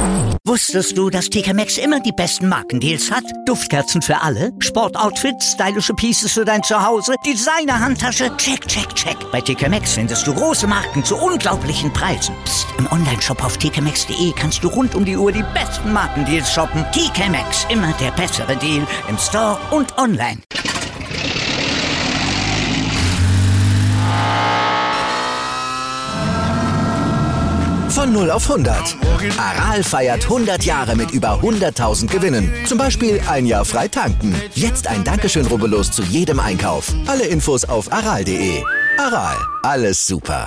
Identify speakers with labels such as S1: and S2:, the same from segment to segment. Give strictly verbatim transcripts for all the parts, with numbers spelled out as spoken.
S1: Wusstest du, dass T K Maxx immer die besten Markendeals hat? Duftkerzen für alle, Sportoutfits, stylische Pieces für dein Zuhause, Designer-Handtasche, check, check, check. Bei T K Maxx findest du große Marken zu unglaublichen Preisen. Psst. Im Onlineshop auf t k maxx punkt d e kannst du rund um die Uhr die besten Markendeals shoppen. T K Maxx, immer der bessere Deal im Store und online.
S2: Von null auf hundert. Aral feiert hundert Jahre mit über hunderttausend Gewinnen. Zum Beispiel ein Jahr frei tanken. Jetzt ein Dankeschön, rubbellos zu jedem Einkauf. Alle Infos auf aral punkt de. Aral, alles super.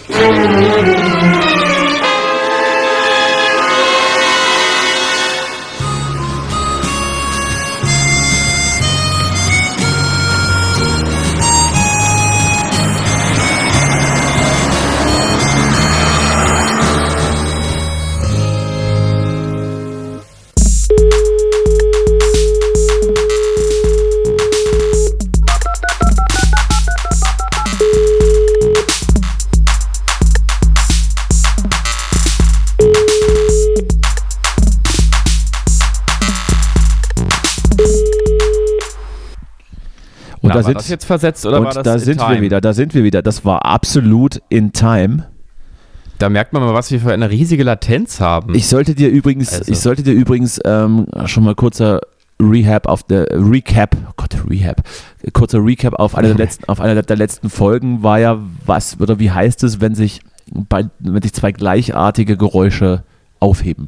S3: Und da
S4: war
S3: sind,
S4: das jetzt versetzt oder
S3: und
S4: war das
S3: da
S4: in
S3: sind
S4: time?
S3: wir wieder, da sind wir wieder. Das war absolut in time.
S4: Da merkt man mal, was wir für eine riesige Latenz haben.
S3: Ich sollte dir übrigens,
S4: Also.
S3: ich sollte dir übrigens ähm, schon mal kurzer Rehab auf der Recap, oh Gott, Rehab, kurzer Recap auf eine der letzten, auf einer der letzten Folgen war ja, was oder wie heißt es, wenn sich bei, wenn sich zwei gleichartige Geräusche aufheben.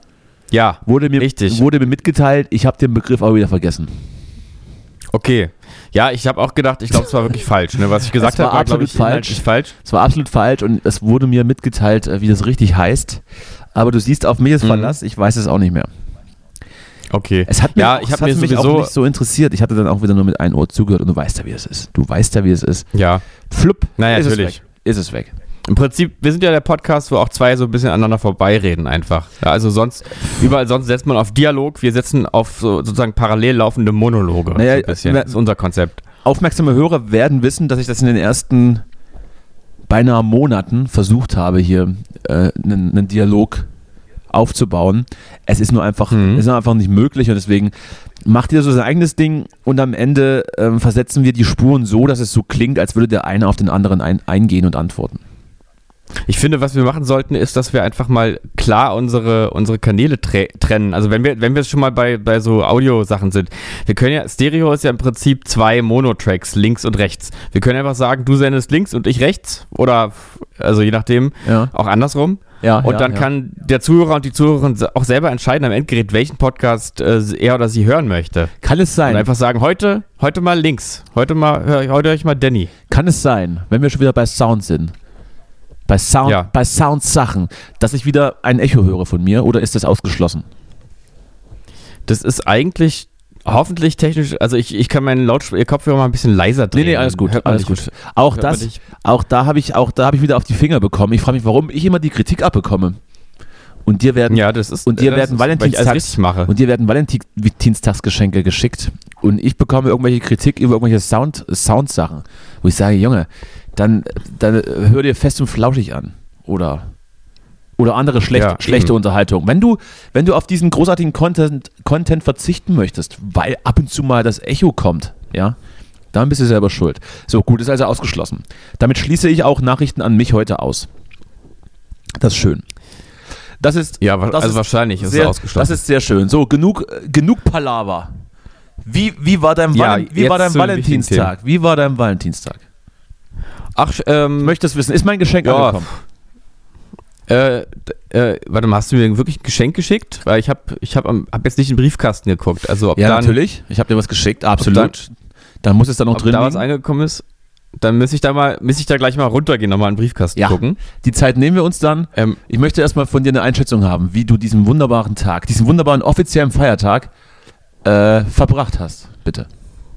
S4: Ja,
S3: Wurde mir,
S4: richtig.
S3: wurde mir mitgeteilt, ich habe den Begriff auch wieder vergessen.
S4: Okay. Ja, ich habe auch gedacht, ich glaube, es war wirklich falsch. Ne? Was ich gesagt
S3: Es war
S4: habe, war, glaube
S3: absolut
S4: ich, inhaltlich falsch.
S3: Es war absolut falsch und es wurde mir mitgeteilt, äh, wie das richtig heißt. Aber du siehst, auf mich ist
S4: Mhm.
S3: Verlass, ich weiß es auch nicht mehr.
S4: Okay.
S3: Es hat mich,
S4: ja,
S3: auch,
S4: ich
S3: es
S4: habe
S3: hat
S4: mir
S3: mich
S4: sowieso
S3: auch nicht so interessiert. Ich hatte dann auch wieder nur mit einem Ohr zugehört und du weißt ja, wie es ist. Du weißt ja, wie es ist.
S4: Ja.
S3: Flupp,
S4: Naja,
S3: ist
S4: natürlich.
S3: es weg. Ist es weg.
S4: Im Prinzip, wir sind ja der Podcast, wo auch zwei so ein bisschen aneinander vorbeireden einfach. Ja, also sonst, überall sonst setzt man auf Dialog, wir setzen auf so, sozusagen parallel laufende Monologe.
S3: Naja,
S4: so ein bisschen. Das ist unser Konzept.
S3: Aufmerksame Hörer werden wissen, dass ich das in den ersten beinahe Monaten versucht habe, hier äh, einen, einen Dialog aufzubauen. Es ist nur einfach,
S4: Mhm.
S3: es ist nur einfach nicht möglich und deswegen macht ihr so sein eigenes Ding und am Ende ähm, versetzen wir die Spuren so, dass es so klingt, als würde der eine auf den anderen ein, eingehen und antworten.
S4: Ich finde, was wir machen sollten, ist, dass wir einfach mal klar unsere, unsere Kanäle tre- trennen. Also wenn wir, wenn wir schon mal bei, bei so Audio-Sachen sind. Wir können ja, Stereo ist ja im Prinzip zwei Monotracks, links und rechts. Wir können einfach sagen, du sendest links und ich rechts oder, also je nachdem,
S3: Ja.
S4: auch andersrum.
S3: Ja,
S4: Und
S3: ja,
S4: dann
S3: ja.
S4: kann der Zuhörer und die Zuhörerin auch selber entscheiden am Endgerät, welchen Podcast äh, er oder sie hören möchte.
S3: Kann es sein,
S4: Und einfach sagen, heute, heute mal links, heute mal, hör, heute höre ich mal Danny.
S3: kann es sein, wenn wir schon wieder bei Sound sind, bei Sound,
S4: Ja.
S3: bei Sound-Sachen, dass ich wieder ein Echo höre von mir oder ist das ausgeschlossen?
S4: Das ist eigentlich hoffentlich technisch, also ich, ich kann meinen Lautsprecher, Kopfhörer mal ein bisschen leiser drehen.
S3: Nee, nee, alles gut,
S4: Hört man
S3: alles
S4: dich-
S3: gut. Auch
S4: hört man
S3: das,
S4: dich-
S3: auch da habe ich, auch da habe ich wieder auf die Finger bekommen. Ich frage mich, warum ich immer die Kritik abbekomme. Und dir werden,
S4: Ja, das ist,
S3: und dir
S4: das
S3: werden
S4: ist, weil ich alles
S3: Valentinstags,
S4: richtig mache.
S3: und dir werden Valentinstagsgeschenke geschickt. Und ich bekomme irgendwelche Kritik über irgendwelche Sound, Soundsachen, wo ich sage, Junge, dann, dann hör dir fest und flauschig an. Oder, oder andere schlecht,
S4: Ja,
S3: schlechte
S4: eben.
S3: Unterhaltung. Wenn du, wenn du auf diesen großartigen Content, Content verzichten möchtest, weil ab und zu mal das Echo kommt, ja, dann bist du selber schuld. So, gut, ist also ausgeschlossen. Damit schließe ich auch Nachrichten an mich heute aus. Das ist schön. Das ist,
S4: Ja, wa-
S3: das
S4: also
S3: ist
S4: wahrscheinlich ist es
S3: sehr,
S4: ausgeschlossen.
S3: Das ist sehr schön. So, genug, äh, genug Palaver. Wie, wie war dein,
S4: Ja,
S3: Valen, wie
S4: jetzt
S3: war dein
S4: zu den wichtigen
S3: Valentinstag? Wie war dein Valentinstag?
S4: Ach, ähm,
S3: Ich möchte es wissen. Ist mein Geschenk
S4: Ja.
S3: angekommen?
S4: äh, d- äh, warte mal, hast du mir wirklich ein Geschenk geschickt? Weil ich habe ich hab, am- hab jetzt nicht in den Briefkasten geguckt. Also ob
S3: Ja,
S4: dann,
S3: natürlich. Ich habe dir was geschickt, absolut. Dann, muss es da noch
S4: ob
S3: drin
S4: da was
S3: liegen.
S4: angekommen ist, dann müsste ich da mal, müsste ich da gleich mal runtergehen, nochmal in den Briefkasten
S3: Ja.
S4: gucken.
S3: Die Zeit nehmen wir uns dann.
S4: Ähm,
S3: Ich möchte erstmal von dir eine Einschätzung haben, wie du diesen wunderbaren Tag, diesen wunderbaren offiziellen Feiertag äh, verbracht hast. Bitte.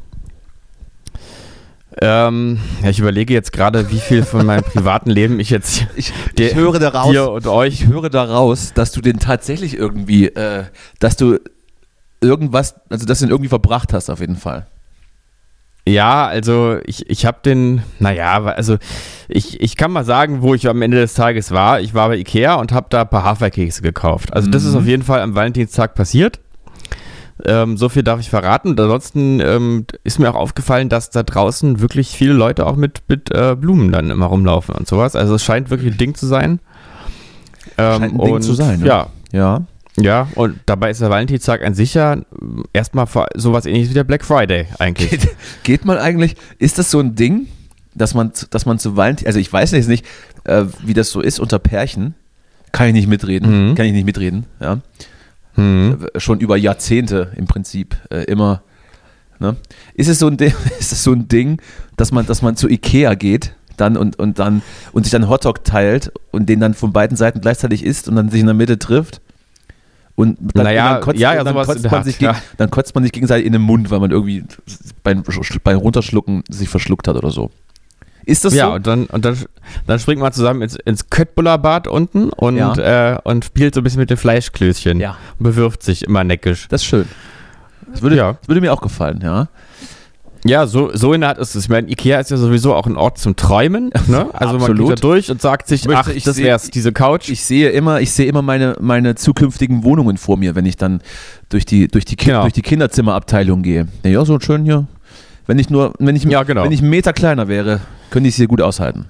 S4: ähm, ja, ich überlege jetzt gerade, wie viel von meinem privaten Leben ich jetzt
S3: Ich,
S4: dir,
S3: ich höre daraus,
S4: dir und euch.
S3: ich höre daraus, dass du den tatsächlich irgendwie, äh, dass du irgendwas, also dass du ihn irgendwie verbracht hast auf jeden Fall.
S4: Ja, also ich, ich habe den, naja, also ich, ich kann mal sagen, wo ich am Ende des Tages war. Ich war bei Ikea und habe da ein paar Haferkekse gekauft. Also das
S3: Mhm.
S4: ist auf jeden Fall am Valentinstag passiert. Ähm, so viel darf ich verraten. Und ansonsten ähm, ist mir auch aufgefallen, dass da draußen wirklich viele Leute auch mit, mit äh, Blumen dann immer rumlaufen und sowas. Also es scheint wirklich ein Ding zu sein. Ähm,
S3: Scheint ein Ding
S4: und
S3: zu sein, ne?
S4: Ja,
S3: Ja.
S4: ja, und dabei ist der Valentinstag an sich ja erstmal sowas ähnliches wie der Black Friday eigentlich.
S3: Geht, geht man eigentlich, ist das so ein Ding, dass man, dass man zu Valentin, also ich weiß jetzt nicht, äh, wie das so ist unter Pärchen, kann ich nicht mitreden,
S4: Mhm.
S3: kann ich nicht mitreden, ja.
S4: Mhm.
S3: Schon über Jahrzehnte im Prinzip äh, immer. Ne? Ist es so ein Ding, ist es so ein Ding, dass man, dass man zu Ikea geht dann und, und dann und sich dann Hotdog teilt und den dann von beiden Seiten gleichzeitig isst und dann sich in der Mitte trifft? Und dann,
S4: Naja,
S3: und dann kotzt,
S4: ja, ja,
S3: und dann
S4: sowas
S3: kotzt
S4: in der
S3: man
S4: Art,
S3: sich gegen,
S4: ja.
S3: dann kotzt man sich gegenseitig in den Mund, weil man irgendwie beim, beim Runterschlucken sich verschluckt hat oder so. Ist das
S4: Ja,
S3: so?
S4: und dann, und dann, dann springt man zusammen ins, ins Köttbullar-Bad unten und,
S3: Ja.
S4: äh, und spielt so ein bisschen mit den Fleischklößchen.
S3: Ja.
S4: Und bewirft sich immer neckisch.
S3: Das ist schön. Das würde,
S4: Ja.
S3: das würde mir auch gefallen, ja.
S4: Ja, so, so in der Art ist es. Ich meine, Ikea ist ja sowieso auch ein Ort zum Träumen. Ne? Also man
S3: Absolut.
S4: geht da durch und sagt sich,
S3: Ich möchte-
S4: ach,
S3: ich
S4: das
S3: seh-
S4: wär's, diese Couch.
S3: Ich sehe immer, ich sehe immer meine, meine zukünftigen Wohnungen vor mir, wenn ich dann durch die, durch die, Ki-
S4: Genau.
S3: durch die Kinderzimmerabteilung gehe. Ja, ja, so schön hier. Wenn ich nur, wenn ich,
S4: Ja, genau.
S3: wenn ich einen Meter kleiner wäre, könnte ich es hier gut aushalten.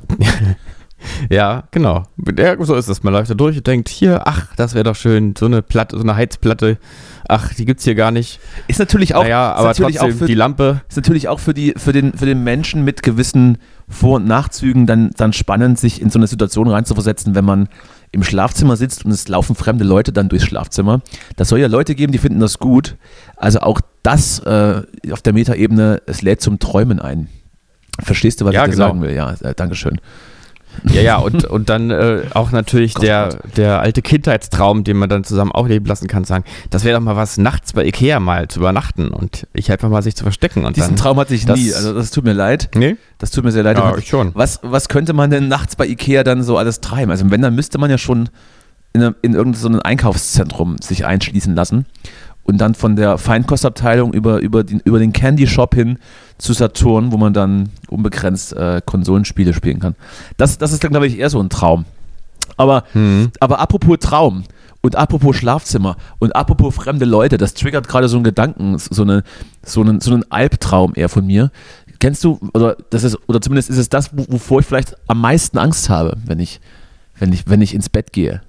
S4: Ja, genau. Ja, so ist es. Man läuft da durch und denkt, hier, ach, das wäre doch schön, so eine Platte, so eine Heizplatte. Ach, die gibt's hier gar nicht.
S3: Ist natürlich auch,
S4: Naja,
S3: ist
S4: aber
S3: natürlich
S4: trotzdem,
S3: auch für,
S4: die Lampe.
S3: ist natürlich auch für, die, für, den, für den Menschen mit gewissen Vor- und Nachzügen dann, dann spannend, sich in so eine Situation reinzuversetzen, wenn man im Schlafzimmer sitzt und es laufen fremde Leute dann durchs Schlafzimmer. Das soll ja Leute geben, die finden das gut. Also auch das äh, auf der Metaebene, es lädt zum Träumen ein. Verstehst du, was
S4: Ja,
S3: ich dir
S4: genau.
S3: sagen will? Ja, äh, Dankeschön.
S4: Ja, ja, und, und dann äh, auch natürlich
S3: Gott,
S4: der,
S3: Gott.
S4: der alte Kindheitstraum, den man dann zusammen aufleben lassen kann, sagen, das wäre doch mal was, nachts bei Ikea mal zu übernachten und ich einfach mal sich zu verstecken. Und
S3: Diesen
S4: dann,
S3: Traum hatte ich
S4: das-
S3: nie. Also das tut mir leid.
S4: Nee?
S3: Das tut mir sehr leid.
S4: Ja,
S3: Den hatte
S4: ich schon.
S3: Was, was könnte man denn nachts bei Ikea dann so alles treiben? Also wenn, dann müsste man ja schon in, eine, in irgendein so ein Einkaufszentrum sich einschließen lassen und dann von der Feinkostabteilung über, über, den, über den Candy Shop hin zu Saturn, wo man dann unbegrenzt äh, Konsolenspiele spielen kann. Das, das ist dann, glaube ich, eher so ein Traum. Aber,
S4: Mhm.
S3: aber apropos Traum und apropos Schlafzimmer und apropos fremde Leute, das triggert gerade so einen Gedanken, so, eine, so, einen, so einen Albtraum eher von mir. Kennst du, oder das ist, oder zumindest ist es das, wovor ich vielleicht am meisten Angst habe, wenn ich, wenn ich, wenn ich ins Bett gehe.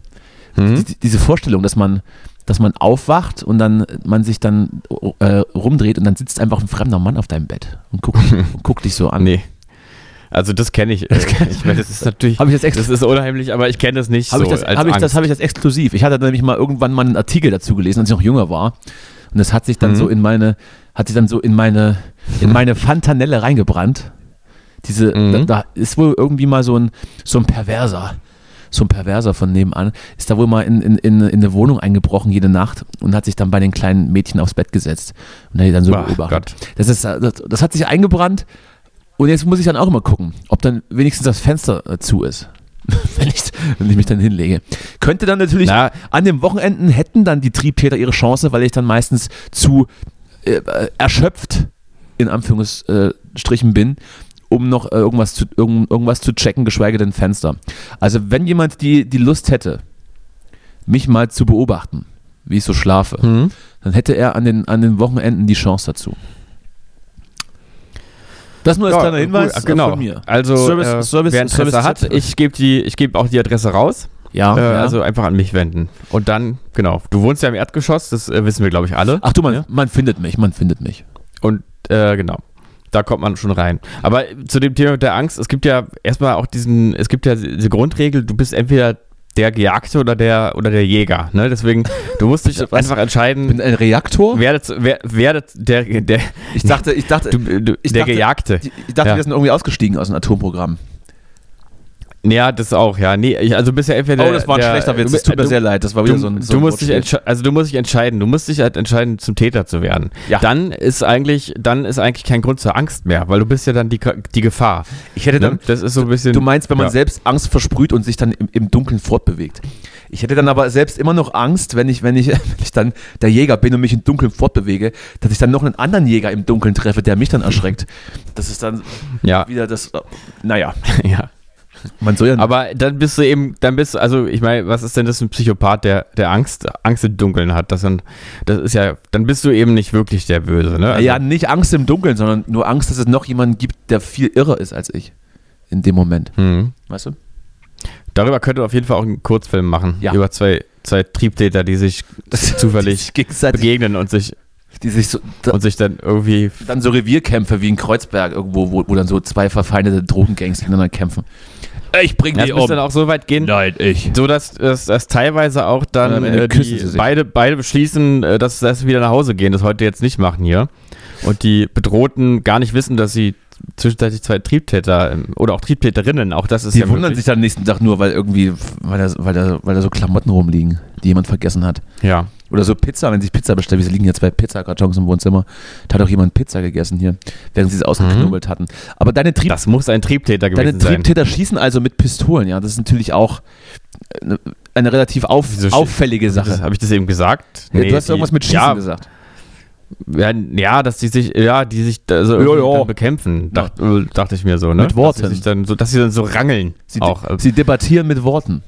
S4: Mhm.
S3: Die, diese Vorstellung, dass man, dass man aufwacht und dann man sich dann äh, rumdreht und dann sitzt einfach ein fremder Mann auf deinem Bett und guckt, und guckt dich so an.
S4: Nee. Also das kenne ich. Äh, ich meine, das ist natürlich,
S3: Hab ich jetzt extra-
S4: das ist unheimlich, aber ich kenne das nicht
S3: Habe
S4: so
S3: ich, das,
S4: als
S3: hab ich,
S4: Angst.
S3: das, hab ich das exklusiv. Ich hatte nämlich mal irgendwann mal einen Artikel dazu gelesen, als ich noch jünger war. Und das hat sich dann
S4: Mhm.
S3: so in meine, hat sich dann so in meine, in meine Fantanelle reingebrannt. Diese,
S4: Mhm.
S3: da, da ist wohl irgendwie mal so ein, so ein Perverser, so ein Perverser von nebenan, ist da wohl mal in, in, in, in eine Wohnung eingebrochen jede Nacht und hat sich dann bei den kleinen Mädchen aufs Bett gesetzt und hat die dann so
S4: Ach
S3: beobachtet.
S4: Gott.
S3: Das, ist, das, das hat sich eingebrannt und jetzt muss ich dann auch immer gucken, ob dann wenigstens das Fenster äh, zu ist. wenn, ich, wenn ich mich dann hinlege. Könnte dann natürlich,
S4: Na,
S3: an den Wochenenden hätten dann die Triebtäter ihre Chance, weil ich dann meistens zu äh, erschöpft, in Anführungsstrichen bin, um noch äh, irgendwas, zu, irgend, irgendwas zu checken, geschweige denn Fenster. Also wenn jemand die, die Lust hätte, mich mal zu beobachten, wie ich so schlafe,
S4: Mhm.
S3: dann hätte er an den, an den Wochenenden die Chance dazu. Das nur als
S4: Ja,
S3: kleiner Hinweis
S4: cool, genau.
S3: von mir.
S4: Also,
S3: Service-
S4: äh,
S3: Service-
S4: wer Interesse
S3: Service-
S4: hat, ich gebe die, ich gebe auch die Adresse raus.
S3: Ja,
S4: Äh,
S3: ja.
S4: Also einfach an mich wenden. Und dann, genau, du wohnst ja im Erdgeschoss, das äh, wissen wir, glaube ich, alle.
S3: Ach du, man, man findet mich, man findet mich.
S4: Und äh, genau, da kommt man schon rein. Aber zu dem Thema der Angst, es gibt ja erstmal auch diesen, es gibt ja diese Grundregel, du bist entweder der Gejagte oder der oder der Jäger. Ne? Deswegen, du musst dich
S3: Was?
S4: einfach
S3: Ich
S4: entscheiden,
S3: bin ein Reaktor?
S4: wer, das, wer, wer das, der, der,
S3: Ich dachte, ich dachte,
S4: du, du,
S3: ich
S4: der
S3: dachte-
S4: Gejagte.
S3: ich dachte,
S4: Ja.
S3: wir sind irgendwie ausgestiegen aus dem Atomprogramm.
S4: Ja, das auch, ja. Nee, ich, also du bist ja entweder
S3: Oh, das war ein
S4: der,
S3: schlechter Witz,
S4: du-
S3: es tut mir
S4: du-
S3: sehr leid, das war wieder
S4: Du,
S3: so ein so
S4: du
S3: ein
S4: musst dich
S3: Wortspiel.
S4: entsche- also du musst dich entscheiden, du musst dich halt entscheiden, zum Täter zu werden.
S3: Ja.
S4: Dann ist eigentlich, dann ist eigentlich kein Grund zur Angst mehr, weil du bist ja dann die, die Gefahr.
S3: Ich hätte dann,
S4: Ne? Das ist so ein bisschen.
S3: du meinst, wenn man
S4: ja.
S3: selbst Angst versprüht und sich dann im, im Dunkeln fortbewegt. Ich hätte dann aber selbst immer noch Angst, wenn ich, wenn ich, wenn ich dann der Jäger bin und mich im Dunkeln fortbewege, dass ich dann noch einen anderen Jäger im Dunkeln treffe, der mich dann erschreckt. Das ist dann
S4: ja.
S3: wieder das, naja.
S4: Ja.
S3: Man soll ja
S4: aber dann bist du eben, dann bist du, also ich meine, was ist denn das für ein Psychopath, der, der Angst, Angst im Dunkeln hat? Das, sind, das ist ja, dann bist du eben nicht wirklich der Böse, ne? Also,
S3: ja, nicht Angst im Dunkeln, sondern nur Angst, dass es noch jemanden gibt, der viel irrer ist als ich. In dem Moment.
S4: Mhm.
S3: Weißt du?
S4: Darüber könnte auf jeden Fall auch einen Kurzfilm machen.
S3: Ja.
S4: Über zwei, zwei Triebtäter, die sich zufällig
S3: die sich
S4: begegnen und sich,
S3: die sich, so, da,
S4: und sich dann irgendwie.
S3: Dann so Revierkämpfe wie in Kreuzberg irgendwo, wo, wo dann so zwei verfeindete Drogengangs gegeneinander kämpfen. Ich bring die
S4: das
S3: um.
S4: Das muss dann auch so weit gehen.
S3: Nein, ich.
S4: So, dass, dass, dass teilweise auch dann
S3: ja,
S4: äh, die beide, beide beschließen, äh, dass, dass sie wieder nach Hause gehen, das heute jetzt nicht machen hier. Und die Bedrohten gar nicht wissen, dass sie zwischenzeitlich zwei Triebtäter ähm, oder auch Triebtäterinnen, auch das ist
S3: die
S4: ja
S3: wundern
S4: möglich.
S3: sich dann am nächsten Tag nur, weil irgendwie, weil da, weil, da, weil da so Klamotten rumliegen, die jemand vergessen hat.
S4: Ja.
S3: Oder so Pizza, wenn sich Pizza bestellt. Es liegen ja zwei Pizzakartons im Wohnzimmer. Da hat auch jemand Pizza gegessen hier, während sie es ausgeknubbelt mhm. hatten. Aber deine Trieb
S4: Das muss ein Triebtäter gewesen
S3: deine
S4: sein.
S3: Deine Triebtäter schießen also mit Pistolen, ja. Das ist natürlich auch eine, eine relativ auf,
S4: Wieso
S3: auffällige Sache.
S4: Habe ich das eben gesagt?
S3: Ja,
S4: nee,
S3: du hast
S4: die,
S3: irgendwas mit Schießen
S4: ja,
S3: gesagt.
S4: Ja, ja, dass die sich, ja, die sich da so
S3: ja, ja.
S4: dann bekämpfen, dacht, dachte ich mir so, ne?
S3: Mit Worten.
S4: Dass sie, sich dann so, dass sie dann so rangeln.
S3: Sie,
S4: auch.
S3: de- sie debattieren mit Worten.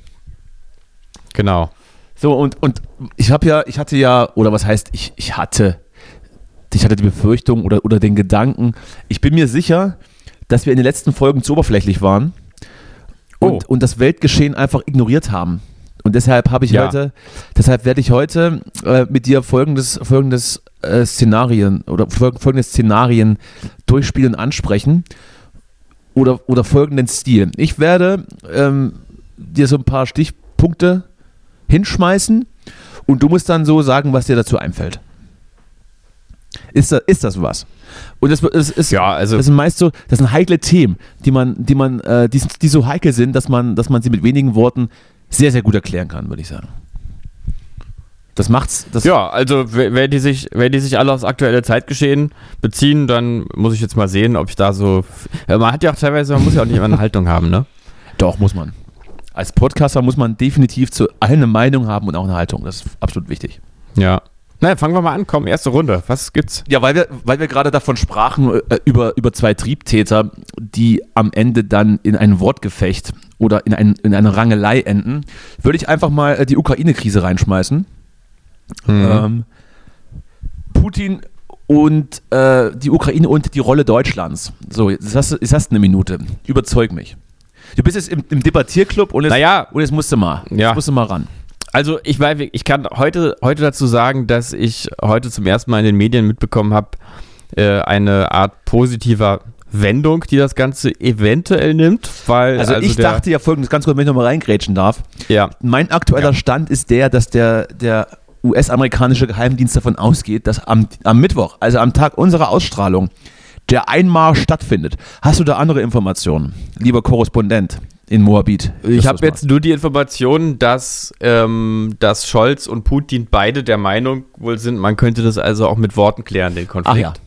S4: Genau.
S3: So, und, und ich habe ja, ich hatte ja, oder was heißt, ich, ich hatte, ich hatte die Befürchtung oder, oder den Gedanken, ich bin mir sicher, dass wir in den letzten Folgen zu oberflächlich waren und, oh. und das Weltgeschehen einfach ignoriert haben. Und deshalb habe ich
S4: ja.
S3: heute, deshalb werde ich heute äh, mit dir folgendes, folgendes äh, Szenarien oder folgende Szenarien durchspielen, ansprechen oder, oder folgenden Stil. Ich werde ähm, dir so ein paar Stichpunkte hinschmeißen und du musst dann so sagen, was dir dazu einfällt. Ist das, ist das was? Und das, das, ist,
S4: ja, also
S3: das sind meist so, das sind heikle Themen, die man, die man, äh, die, die so heikel sind, dass man, dass man sie mit wenigen Worten sehr, sehr gut erklären kann, würde ich sagen. Das macht's. Das
S4: ja, also wenn die sich, wenn die sich alle aufs aktuelle Zeitgeschehen beziehen, dann muss ich jetzt mal sehen, ob ich da so. Man hat ja auch teilweise, man muss ja auch nicht immer eine Haltung haben, ne?
S3: Doch, muss man. Als Podcaster muss man definitiv zu allen eine Meinung haben und auch eine Haltung. Das ist absolut wichtig.
S4: Ja. Na, fangen wir mal an, komm, erste Runde. Was gibt's?
S3: Ja, weil wir, weil wir gerade davon sprachen, äh, über, über zwei Triebtäter, die am Ende dann in ein Wortgefecht oder in, ein, in eine Rangelei enden, würde ich einfach mal äh, die Ukraine-Krise reinschmeißen. Mhm. Ähm, Putin und äh, die Ukraine und die Rolle Deutschlands. So, jetzt hast, du, jetzt hast du eine Minute. Überzeug mich. Du bist jetzt im, im Debattierclub und jetzt,
S4: naja,
S3: und jetzt musst du mal.
S4: Ja.
S3: Jetzt musst du mal ran.
S4: Also ich, ich kann heute, heute dazu sagen, dass ich heute zum ersten Mal in den Medien mitbekommen habe, äh, eine Art positiver Wendung, die das Ganze eventuell nimmt. Weil,
S3: also, also ich
S4: der,
S3: dachte ja folgendes, ganz kurz, wenn ich nochmal reingrätschen darf.
S4: Ja.
S3: Mein aktueller
S4: ja.
S3: Stand ist der, dass der, der U S-amerikanische Geheimdienst davon ausgeht, dass am, am Mittwoch, also am Tag unserer Ausstrahlung, der Einmarsch stattfindet. Hast du da andere Informationen, lieber Korrespondent in Moabit?
S4: Ich habe jetzt nur die Information, dass, ähm, dass Scholz und Putin beide der Meinung wohl sind, man könnte das also auch mit Worten klären, den Konflikt.
S3: Ach ja.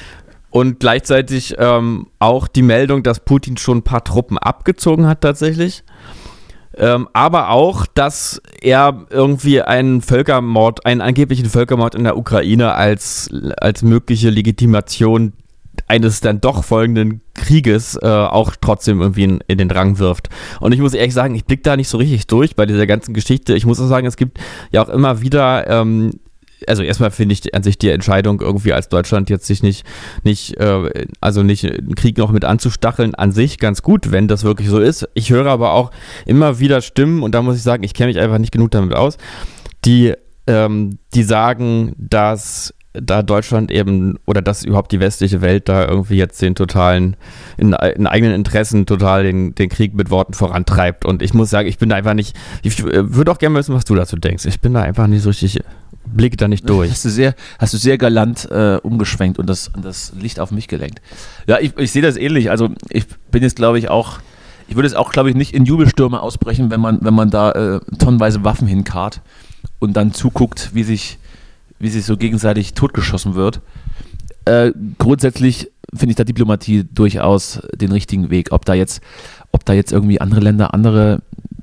S4: Und gleichzeitig ähm, auch die Meldung, dass Putin schon ein paar Truppen abgezogen hat tatsächlich. Ähm, aber auch, dass er irgendwie einen Völkermord, einen angeblichen Völkermord in der Ukraine als, als mögliche Legitimation eines dann doch folgenden Krieges äh, auch trotzdem irgendwie in, in den Rang wirft. Und ich muss ehrlich sagen, ich blicke da nicht so richtig durch bei dieser ganzen Geschichte. Ich muss auch sagen, es gibt ja auch immer wieder, ähm, also erstmal finde ich an sich die Entscheidung irgendwie als Deutschland jetzt sich nicht, nicht äh, also nicht einen Krieg noch mit anzustacheln, an sich ganz gut, wenn das wirklich so ist. Ich höre aber auch immer wieder Stimmen, und da muss ich sagen, ich kenne mich einfach nicht genug damit aus, die, ähm, die sagen, dass da Deutschland eben oder dass überhaupt die westliche Welt da irgendwie jetzt den totalen, in, in eigenen Interessen total den, den Krieg mit Worten vorantreibt. Und ich muss sagen, ich bin da einfach nicht, ich würde auch gerne wissen, was du dazu denkst. Ich bin da einfach nicht so richtig, blicke da nicht durch.
S3: Hast du sehr, hast du sehr galant äh, umgeschwenkt und das, das Licht auf mich gelenkt. Ja, ich, ich sehe das ähnlich. Also ich bin jetzt, glaube ich, auch, ich würde es auch, glaube ich, nicht in Jubelstürme ausbrechen, wenn man, wenn man da äh, tonnenweise Waffen hinkarrt und dann zuguckt, wie sich wie sich so gegenseitig totgeschossen wird. Äh, grundsätzlich finde ich da Diplomatie durchaus den richtigen Weg. Ob da jetzt, ob da jetzt irgendwie andere Länder andere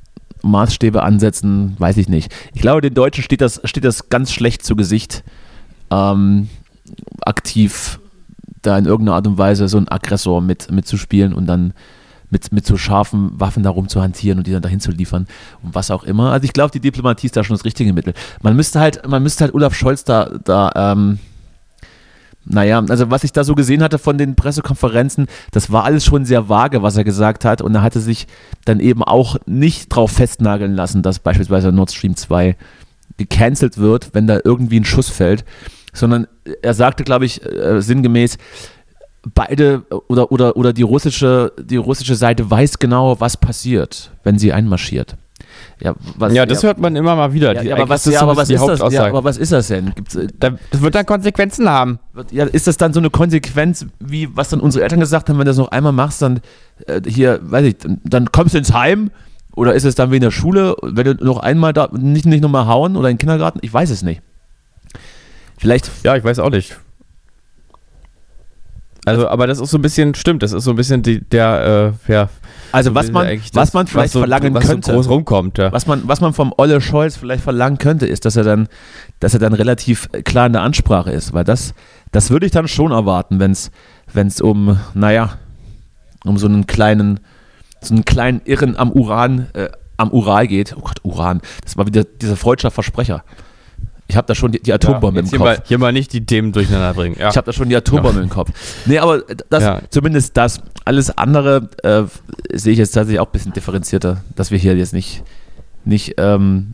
S3: Maßstäbe ansetzen, weiß ich nicht. Ich glaube, den Deutschen steht das, steht das ganz schlecht zu Gesicht, ähm, aktiv da in irgendeiner Art und Weise so einen Aggressor mit, mitzuspielen und dann mit, mit so scharfen Waffen da rumzuhantieren und die dann dahin zu liefern und was auch immer. Also ich glaube, die Diplomatie ist da schon das richtige Mittel. Man müsste halt, man müsste halt Olaf Scholz da, da ähm, naja, also was ich da so gesehen hatte von den Pressekonferenzen, das war alles schon sehr vage, was er gesagt hat, und er hatte sich dann eben auch nicht drauf festnageln lassen, dass beispielsweise Nord Stream zwei gecancelt wird, wenn da irgendwie ein Schuss fällt, sondern er sagte, glaube ich, äh, sinngemäß, beide oder, oder, oder die russische, die russische Seite weiß genau, was passiert, wenn sie einmarschiert. Ja, was,
S4: ja, das ja, hört man immer mal wieder.
S3: Ja, die, aber, was, ja, aber, was ist das, ja, aber was ist das denn? Gibt's,
S4: das wird dann Konsequenzen haben.
S3: Ja, ist das dann so eine Konsequenz, wie was dann unsere Eltern gesagt haben, wenn du das noch einmal machst, dann äh, hier, weiß ich, dann, dann kommst du ins Heim? Oder ist es dann wie in der Schule, wenn du noch einmal da, nicht, nicht nochmal hauen oder in den Kindergarten? Ich weiß es nicht. Vielleicht.
S4: Ja, ich weiß auch nicht. Also, aber das ist so ein bisschen, stimmt, das ist so ein bisschen die, der, äh, ja.
S3: Also, was man, das, was man vielleicht was so, verlangen was könnte,
S4: so groß rumkommt, ja.
S3: was man, was man vom Olle Scholz vielleicht verlangen könnte, ist, dass er dann, dass er dann relativ klar in der Ansprache ist, weil das, das würde ich dann schon erwarten, wenn es, wenn es um, naja, um so einen kleinen, so einen kleinen Irren am Uran, äh, am Ural geht. Oh Gott, Uran, das war wieder dieser freudscher Versprecher. Ich habe da schon die, die Atombombe ja, im Kopf.
S4: Hier mal, hier mal nicht die Themen durcheinander bringen. Ja.
S3: Ich habe da schon die Atombombe ja. im Kopf. Nee, aber das, ja. zumindest das. Alles andere äh, sehe ich jetzt tatsächlich auch ein bisschen differenzierter, dass wir hier jetzt nicht, nicht ähm,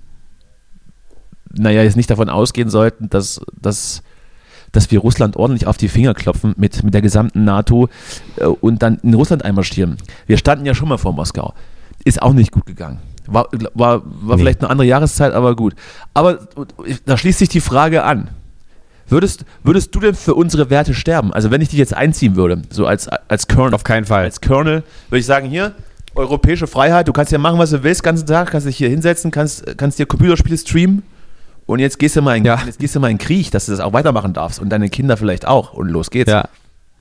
S3: naja, jetzt nicht davon ausgehen sollten, dass, dass, dass wir Russland ordentlich auf die Finger klopfen mit, mit der gesamten NATO äh, und dann in Russland einmarschieren. Wir standen ja schon mal vor Moskau. Ist auch nicht gut gegangen. War, war, war nee. vielleicht eine andere Jahreszeit, aber gut. Aber da schließt sich die Frage an. Würdest, würdest du denn für unsere Werte sterben? Also wenn ich dich jetzt einziehen würde, so als, als Colonel.
S4: Auf keinen Fall.
S3: Als Colonel würde ich sagen, hier, europäische Freiheit, du kannst ja machen, was du willst, den ganzen Tag, kannst dich hier hinsetzen, kannst, kannst dir Computerspiele streamen und jetzt gehst du mal in, ja. jetzt gehst du mal in Krieg, dass du das auch weitermachen darfst und deine Kinder vielleicht auch und los geht's.
S4: Ja.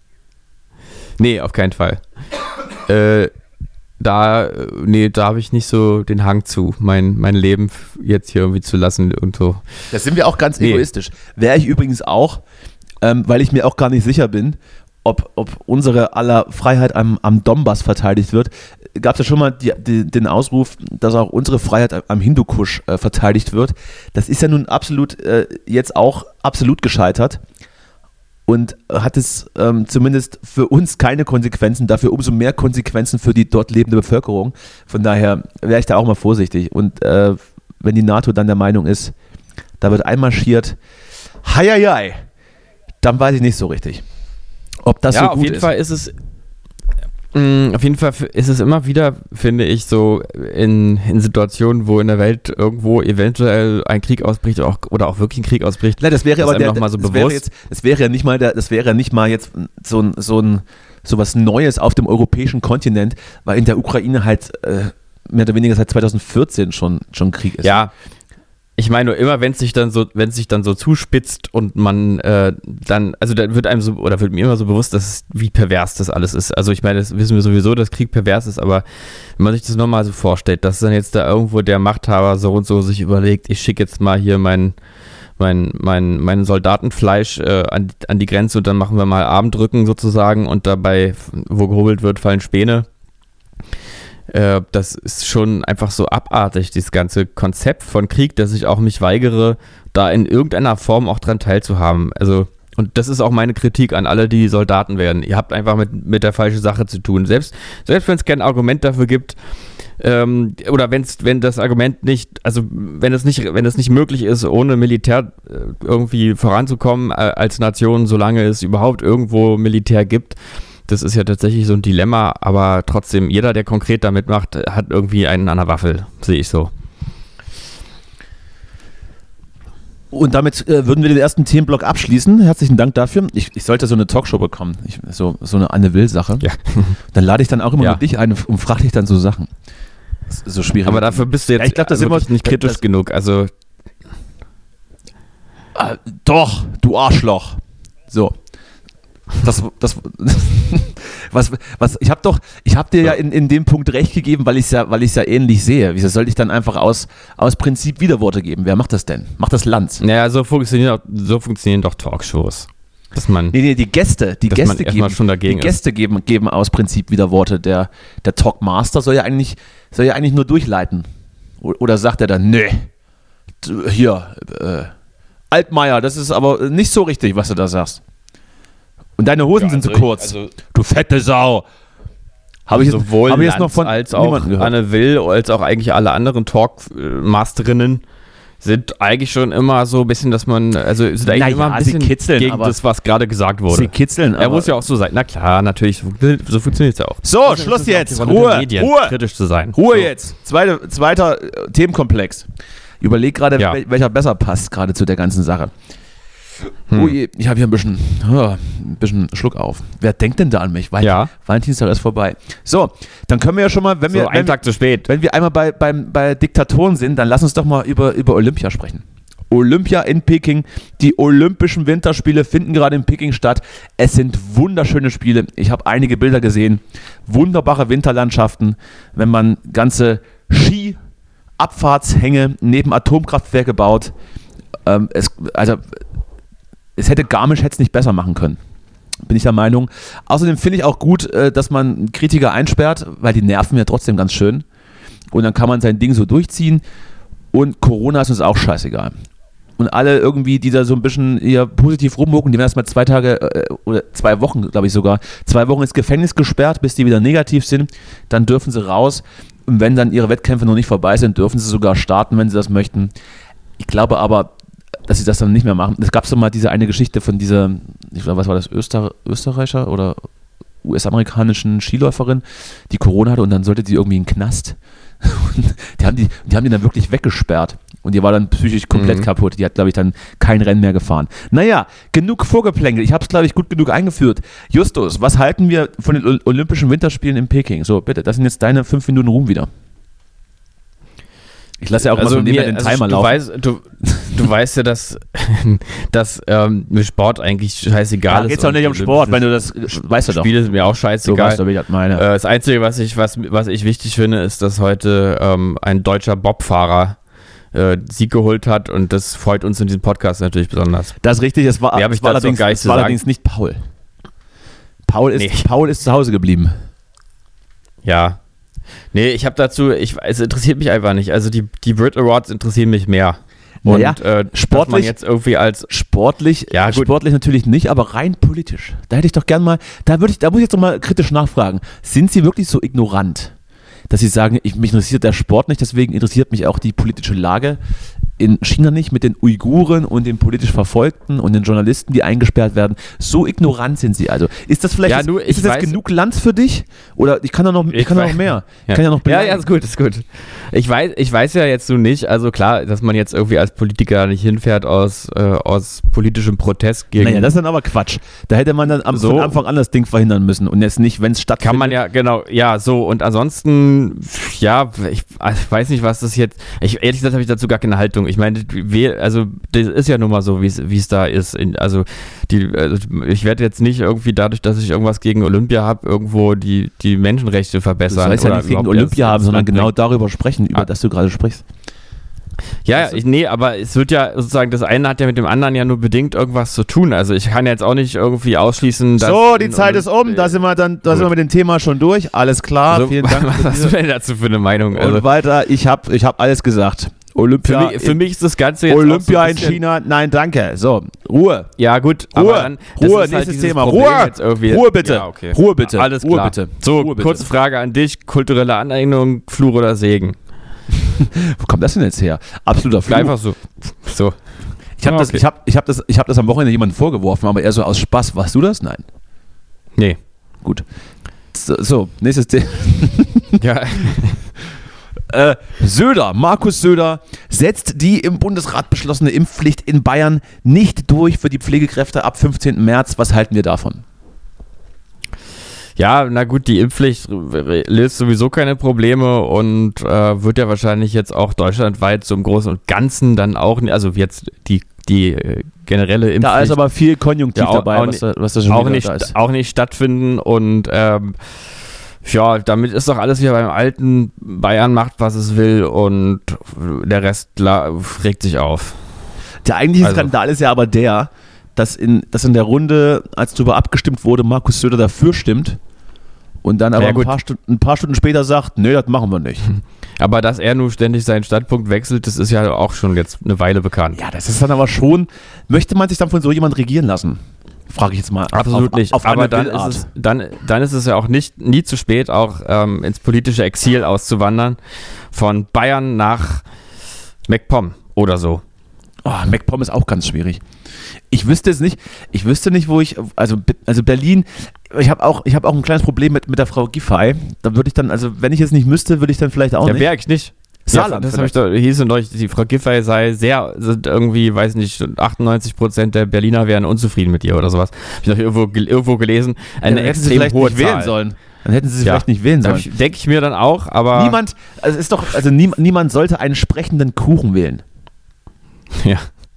S4: Nee, auf keinen Fall. äh, Da, nee, da habe ich nicht so den Hang zu, mein, mein Leben jetzt hier irgendwie zu lassen und so.
S3: Da sind wir auch ganz nee. egoistisch. Wäre ich übrigens auch, ähm, weil ich mir auch gar nicht sicher bin, ob, ob unsere aller Freiheit am, am Donbass verteidigt wird. Gab es ja schon mal die, die, den Ausruf, dass auch unsere Freiheit am Hindukusch äh, verteidigt wird. Das ist ja nun absolut äh, jetzt auch absolut gescheitert. Und hat es ähm, zumindest für uns keine Konsequenzen, dafür umso mehr Konsequenzen für die dort lebende Bevölkerung. Von daher wäre ich da auch mal vorsichtig. Und äh, wenn die NATO dann der Meinung ist, da wird einmarschiert, hei, hei, hei, dann weiß ich nicht so richtig, ob das
S4: ja,
S3: so gut ist.
S4: Auf jeden Fall ist es mh, auf jeden Fall ist es immer wieder, finde ich, so in, in Situationen, wo in der Welt irgendwo eventuell ein Krieg ausbricht oder auch, oder auch wirklich ein Krieg ausbricht.
S3: Na, das wäre aber der,
S4: noch mal so
S3: das
S4: bewusst.
S3: Wäre jetzt, das wäre ja nicht mal der, das wäre ja nicht mal jetzt so ein, so ein so was Neues auf dem europäischen Kontinent, weil in der Ukraine halt äh, mehr oder weniger seit zwanzig vierzehn schon, schon Krieg ist.
S4: Ja. Ich meine nur immer, wenn es sich dann so, wenn es sich dann so zuspitzt und man äh, dann, also da wird einem so, oder wird mir immer so bewusst, dass wie pervers das alles ist. Also ich meine, das wissen wir sowieso, dass Krieg pervers ist, aber wenn man sich das nochmal so vorstellt, dass dann jetzt da irgendwo der Machthaber so und so sich überlegt, ich schicke jetzt mal hier mein, mein, mein, mein Soldatenfleisch äh, an, an die Grenze und dann machen wir mal Armdrücken sozusagen und dabei, wo gehobelt wird, fallen Späne. Das ist schon einfach so abartig, dieses ganze Konzept von Krieg, dass ich auch mich weigere, da in irgendeiner Form auch dran teilzuhaben. Also, und das ist auch meine Kritik an alle, die Soldaten werden. Ihr habt einfach mit, mit der falschen Sache zu tun. Selbst, selbst wenn es kein Argument dafür gibt, ähm, oder wenn's, wenn das Argument nicht, also wenn es nicht, wenn es nicht möglich ist, ohne Militär äh, irgendwie voranzukommen äh, als Nation, solange es überhaupt irgendwo Militär gibt. Das ist ja tatsächlich so ein Dilemma, aber trotzdem, jeder, der konkret da mitmacht, hat irgendwie einen an der Waffel, sehe ich so.
S3: Und damit äh, würden wir den ersten Themenblock abschließen. Herzlichen Dank dafür. Ich, ich sollte so eine Talkshow bekommen, ich, so, so eine Anne-Will-Sache. Ja. Dann lade ich dann auch immer ja. nur dich ein und frage dich dann so Sachen. Das ist so schwierig.
S4: Aber dafür bist du jetzt
S3: ja, ich glaub, das
S4: wirklich
S3: immer,
S4: nicht kritisch
S3: das,
S4: genug. Also
S3: äh, doch, du Arschloch. So. Das, das, was, was, ich habe doch, ich habe dir ja in, in dem Punkt recht gegeben, weil ich es ja, weil ich es ja ähnlich sehe. Wieso sollte ich dann einfach aus, aus Prinzip Widerworte geben? Wer macht das denn? Macht das Land?
S4: Naja, so funktionieren, so funktionieren doch Talkshows. Dass man,
S3: nee, nee, die Gäste, die Gäste geben,
S4: schon dagegen
S3: die Gäste geben, geben aus Prinzip Widerworte. Der, der Talkmaster soll ja eigentlich, soll ja eigentlich nur durchleiten. Oder sagt er dann, nee, hier, äh, Altmaier, das ist aber nicht so richtig, was du da sagst. Und deine Hosen ja, also sind zu kurz. Ich, also du fette Sau. Habe ich jetzt,
S4: sowohl
S3: hab ich jetzt noch von
S4: als auch Anne Will, als auch eigentlich alle anderen Talkmasterinnen sind eigentlich schon immer so ein bisschen, dass man, also sind eigentlich naja, immer ein bisschen kitzeln, gegen das, was gerade gesagt wurde.
S3: Sie kitzeln,
S4: aber... Er muss ja auch so sein. Na klar, natürlich, so, so funktioniert es ja auch.
S3: So, also, Schluss jetzt. Ruhe,
S4: Medien,
S3: Ruhe.
S4: Kritisch zu sein.
S3: Ruhe
S4: so.
S3: jetzt. Zweite, zweiter Themenkomplex. Ich überlege gerade, ja. welcher besser passt gerade zu der ganzen Sache. Hm. Oh je, ich habe hier ein bisschen, oh, ein bisschen Schluck auf. Wer denkt denn da an mich? Weil
S4: ja.
S3: Valentinstag ist vorbei. So, dann können wir ja schon mal, wenn
S4: so,
S3: wir,
S4: einen
S3: wenn,
S4: Tag zu spät.
S3: wenn wir einmal bei, beim, bei Diktatoren sind, dann lass uns doch mal über, über Olympia sprechen. Olympia in Peking, die Olympischen Winterspiele finden gerade in Peking statt. Es sind wunderschöne Spiele. Ich habe einige Bilder gesehen. Wunderbare Winterlandschaften, wenn man ganze Ski-Abfahrtshänge neben Atomkraftwerke baut. Ähm, es, also Es hätte Garmisch hätte es nicht besser machen können, bin ich der Meinung. Außerdem finde ich auch gut, dass man Kritiker einsperrt, weil die nerven ja trotzdem ganz schön. Und dann kann man sein Ding so durchziehen. Und Corona ist uns auch scheißegal. Und alle irgendwie, die da so ein bisschen eher positiv rummucken, die werden erstmal zwei Tage äh, oder zwei Wochen, glaube ich sogar, zwei Wochen ins Gefängnis gesperrt, bis die wieder negativ sind. Dann dürfen sie raus. Und wenn dann ihre Wettkämpfe noch nicht vorbei sind, dürfen sie sogar starten, wenn sie das möchten. Ich glaube aber, dass sie das dann nicht mehr machen. Es gab so mal diese eine Geschichte von dieser, ich weiß, was war das, Öster, Österreicher oder U S-amerikanischen Skiläuferin, die Corona hatte und dann sollte sie irgendwie in den Knast. Und die haben die, die haben die dann wirklich weggesperrt und die war dann psychisch komplett mhm. kaputt. Die hat, glaube ich, dann kein Rennen mehr gefahren. Naja, genug Vorgeplänkel. Ich habe es, glaube ich, gut genug eingeführt. Justus, was halten wir von den Olympischen Winterspielen in Peking? So, bitte, das sind jetzt deine fünf Minuten Ruhm wieder. Ich lasse ja auch
S4: also
S3: mal so
S4: mir,
S3: den
S4: also
S3: Timer
S4: du
S3: laufen.
S4: Weißt, du, du weißt ja, dass, dass ähm, mir Sport eigentlich scheißegal
S3: ja,
S4: ist.
S3: Geht es auch nicht um Sport, wenn du das, weißt du doch.
S4: Spiele sind mir auch scheißegal.
S3: So weißt du, wie ich das meine.
S4: Äh, das Einzige, was ich, was, was ich wichtig finde, ist, dass heute ähm, ein deutscher Bobfahrer äh, Sieg geholt hat und das freut uns in diesem Podcast natürlich besonders.
S3: Das ist richtig, es war,
S4: ja,
S3: es war, allerdings, es war allerdings nicht Paul. Paul ist, nee. Paul ist zu Hause geblieben.
S4: Ja. Nee, ich habe dazu, ich, es interessiert mich einfach nicht. Also die, die Brit Awards interessieren mich mehr. Und
S3: naja,
S4: äh,
S3: sportlich
S4: man jetzt irgendwie als
S3: sportlich,
S4: ja, gut.
S3: sportlich natürlich nicht, aber rein politisch. Da hätte ich doch gern mal, da würde ich, da muss ich jetzt noch mal kritisch nachfragen. Sind Sie wirklich so ignorant, dass Sie sagen, ich, mich interessiert der Sport nicht, deswegen interessiert mich auch die politische Lage in China nicht mit den Uiguren und den politisch Verfolgten und den Journalisten, die eingesperrt werden. So ignorant sind sie also. Ist das vielleicht
S4: ja,
S3: jetzt,
S4: du,
S3: ist das jetzt genug Land für dich? Oder ich kann da noch, ich, ich kann da noch mehr.
S4: Ja.
S3: Ich kann ja noch
S4: ja, ja, ist gut, ist gut. Ich weiß, ich weiß ja jetzt so nicht, also klar, dass man jetzt irgendwie als Politiker nicht hinfährt aus, äh, aus politischem Protest gegen...
S3: Naja, das ist dann aber Quatsch. Da hätte man dann am,
S4: so,
S3: von Anfang an das Ding verhindern müssen und jetzt nicht, wenn es stattfindet.
S4: Kann man ja, genau, ja, so und ansonsten, ja, ich, ich weiß nicht, was das jetzt... Ich, ehrlich gesagt habe ich dazu gar keine Haltung. Ich meine, wir also das ist ja nun mal so, wie es da ist. Also, die, also ich werde jetzt nicht irgendwie dadurch, dass ich irgendwas gegen Olympia habe, irgendwo die, die Menschenrechte verbessern.
S3: Du sollst ja nicht gegen Olympia haben, sondern genau bringt. darüber sprechen, über ah. das du gerade sprichst.
S4: Ja, ich, nee, aber es wird ja sozusagen, das eine hat ja mit dem anderen ja nur bedingt irgendwas zu tun. Also ich kann jetzt auch nicht irgendwie ausschließen, dass...
S3: So, die Zeit ist um, da sind wir dann, da sind wir mit dem Thema schon durch. Alles klar,
S4: so,
S3: vielen Dank.
S4: Was hast du denn dazu für eine Meinung?
S3: Also, und weiter, ich habe ich hab alles gesagt. Olympia
S4: für, mich, für mich ist das Ganze jetzt
S3: Olympia
S4: so
S3: in China, nein, danke. So, Ruhe.
S4: Ja, gut.
S3: Ruhe,
S4: aber dann,
S3: Ruhe, nächstes halt Thema. Ruhe, Ruhe bitte.
S4: Ja, okay.
S3: Ruhe bitte.
S4: Alles
S3: Ruhe
S4: klar.
S3: bitte.
S4: So,
S3: Ruhe bitte.
S4: Kurze Frage an dich. Kulturelle Aneignung, Fluch oder Segen?
S3: Wo kommt das denn jetzt her? Absoluter Fluch.
S4: Einfach so. So.
S3: Ich habe
S4: ah,
S3: das,
S4: okay.
S3: ich hab, ich hab das, ich hab das am Wochenende jemandem vorgeworfen, aber eher so aus Spaß. Warst du das? Nein.
S4: Nee.
S3: Gut. So, so nächstes Thema.
S4: Ja.
S3: Äh, Söder, Markus Söder setzt die im Bundesrat beschlossene Impfpflicht in Bayern nicht durch für die Pflegekräfte ab fünfzehnten März. Was halten wir davon?
S4: Ja, na gut, die Impfpflicht löst sowieso keine Probleme und äh, wird ja wahrscheinlich jetzt auch deutschlandweit so im Großen und Ganzen dann auch, also jetzt die die äh, generelle Impfpflicht.
S3: Da ist aber viel Konjunktiv
S4: ja, auch,
S3: dabei,
S4: auch
S3: was,
S4: nicht,
S3: da, was da schon
S4: auch
S3: wieder
S4: nicht,
S3: da ist.
S4: auch nicht stattfinden und ähm, ja, damit ist doch alles wieder beim alten Bayern macht, was es will und der Rest la- regt sich auf.
S3: Der eigentliche
S4: Also.
S3: Skandal ist ja aber der, dass in, dass in der Runde, als darüber abgestimmt wurde, Markus Söder dafür stimmt und dann aber
S4: Ja,
S3: ein,
S4: gut.
S3: paar Stunden, ein paar Stunden später sagt, nee, das machen wir nicht.
S4: Aber dass er nun ständig seinen Standpunkt wechselt, das ist ja auch schon jetzt eine Weile bekannt.
S3: Ja, das ist dann aber schon, möchte man sich dann von so jemand regieren lassen? Frage ich jetzt mal.
S4: Absolut
S3: auf,
S4: nicht.
S3: Auf
S4: aber
S3: eine
S4: dann
S3: Bildart.
S4: ist, es, dann, dann ist es ja auch nicht nie zu spät, auch ähm, ins politische Exil auszuwandern. Von Bayern nach MacPom oder so.
S3: Oh, MacPom ist auch ganz schwierig. Ich wüsste es nicht, ich wüsste nicht, wo ich, also, also Berlin, ich habe auch, ich hab auch ein kleines Problem mit, mit der Frau Giffey. Da würde ich dann, also wenn ich es nicht müsste, würde ich dann vielleicht auch
S4: Ja,
S3: nicht.
S4: wäre ich nicht.
S3: Saarland
S4: Ja, das habe ich doch, hieß neulich, die Frau Giffey sei sehr, sind irgendwie, weiß nicht, achtundneunzig Prozent der Berliner wären unzufrieden mit ihr oder sowas. Habe ich noch irgendwo, gel- irgendwo gelesen. Eine
S3: dann hätten sie
S4: extrem
S3: vielleicht
S4: hohe
S3: nicht wählen
S4: Zahl.
S3: sollen. Dann hätten sie sie
S4: Ja.
S3: vielleicht nicht wählen sollen.
S4: Denke ich mir dann auch, aber.
S3: Niemand, also es ist doch, also nie, niemand sollte einen sprechenden Kuchen wählen.
S4: Ja.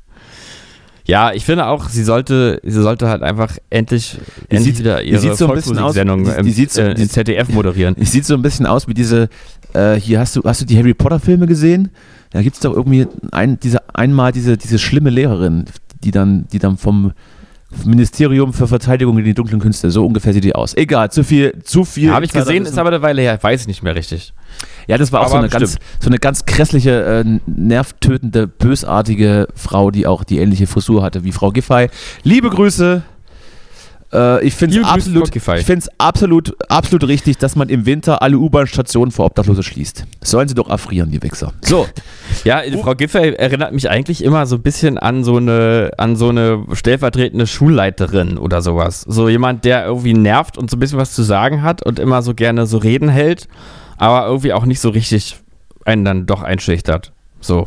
S4: Ja, ich finde auch, sie sollte, sie sollte halt einfach endlich,
S3: Die
S4: endlich
S3: sieht-
S4: wieder
S3: die
S4: ihre
S3: sieht so ein bisschen aus-
S4: Volksmusiksendung
S3: die- die
S4: im,
S3: sieht so-
S4: äh,
S3: die-
S4: im Z D F moderieren.
S3: Es sieht so ein bisschen aus wie diese, äh, hier hast du, hast du die Harry Potter Filme gesehen? Da gibt es doch irgendwie ein, diese, einmal diese, diese schlimme Lehrerin, die dann, die dann vom Ministerium für Verteidigung in die dunklen Künste, so ungefähr sieht die aus. Egal, zu viel, zu viel.
S4: Habe ich gesehen,
S3: Insiderwissen.
S4: ist aber eine Weile her, weiß ich nicht mehr richtig.
S3: Ja, das war auch so
S4: aber
S3: eine, ganz,
S4: stimmt.
S3: so eine ganz grässliche, äh, nervtötende, bösartige Frau, die auch die ähnliche Frisur hatte wie Frau Giffey. Liebe Grüße. Äh, ich finde es
S4: Liebe Grüße,
S3: absolut,
S4: Frau Giffey.
S3: ich find's absolut, absolut richtig, dass man im Winter alle U-Bahn-Stationen für Obdachlose schließt. Sollen sie doch erfrieren, die Wichser. So.
S4: Ja, Frau Giffey erinnert mich eigentlich immer so ein bisschen an so eine, an so eine stellvertretende Schulleiterin oder sowas. So jemand, der irgendwie nervt und so ein bisschen was zu sagen hat und immer so gerne so Reden hält, aber irgendwie auch nicht so richtig einen dann doch einschüchtert. So.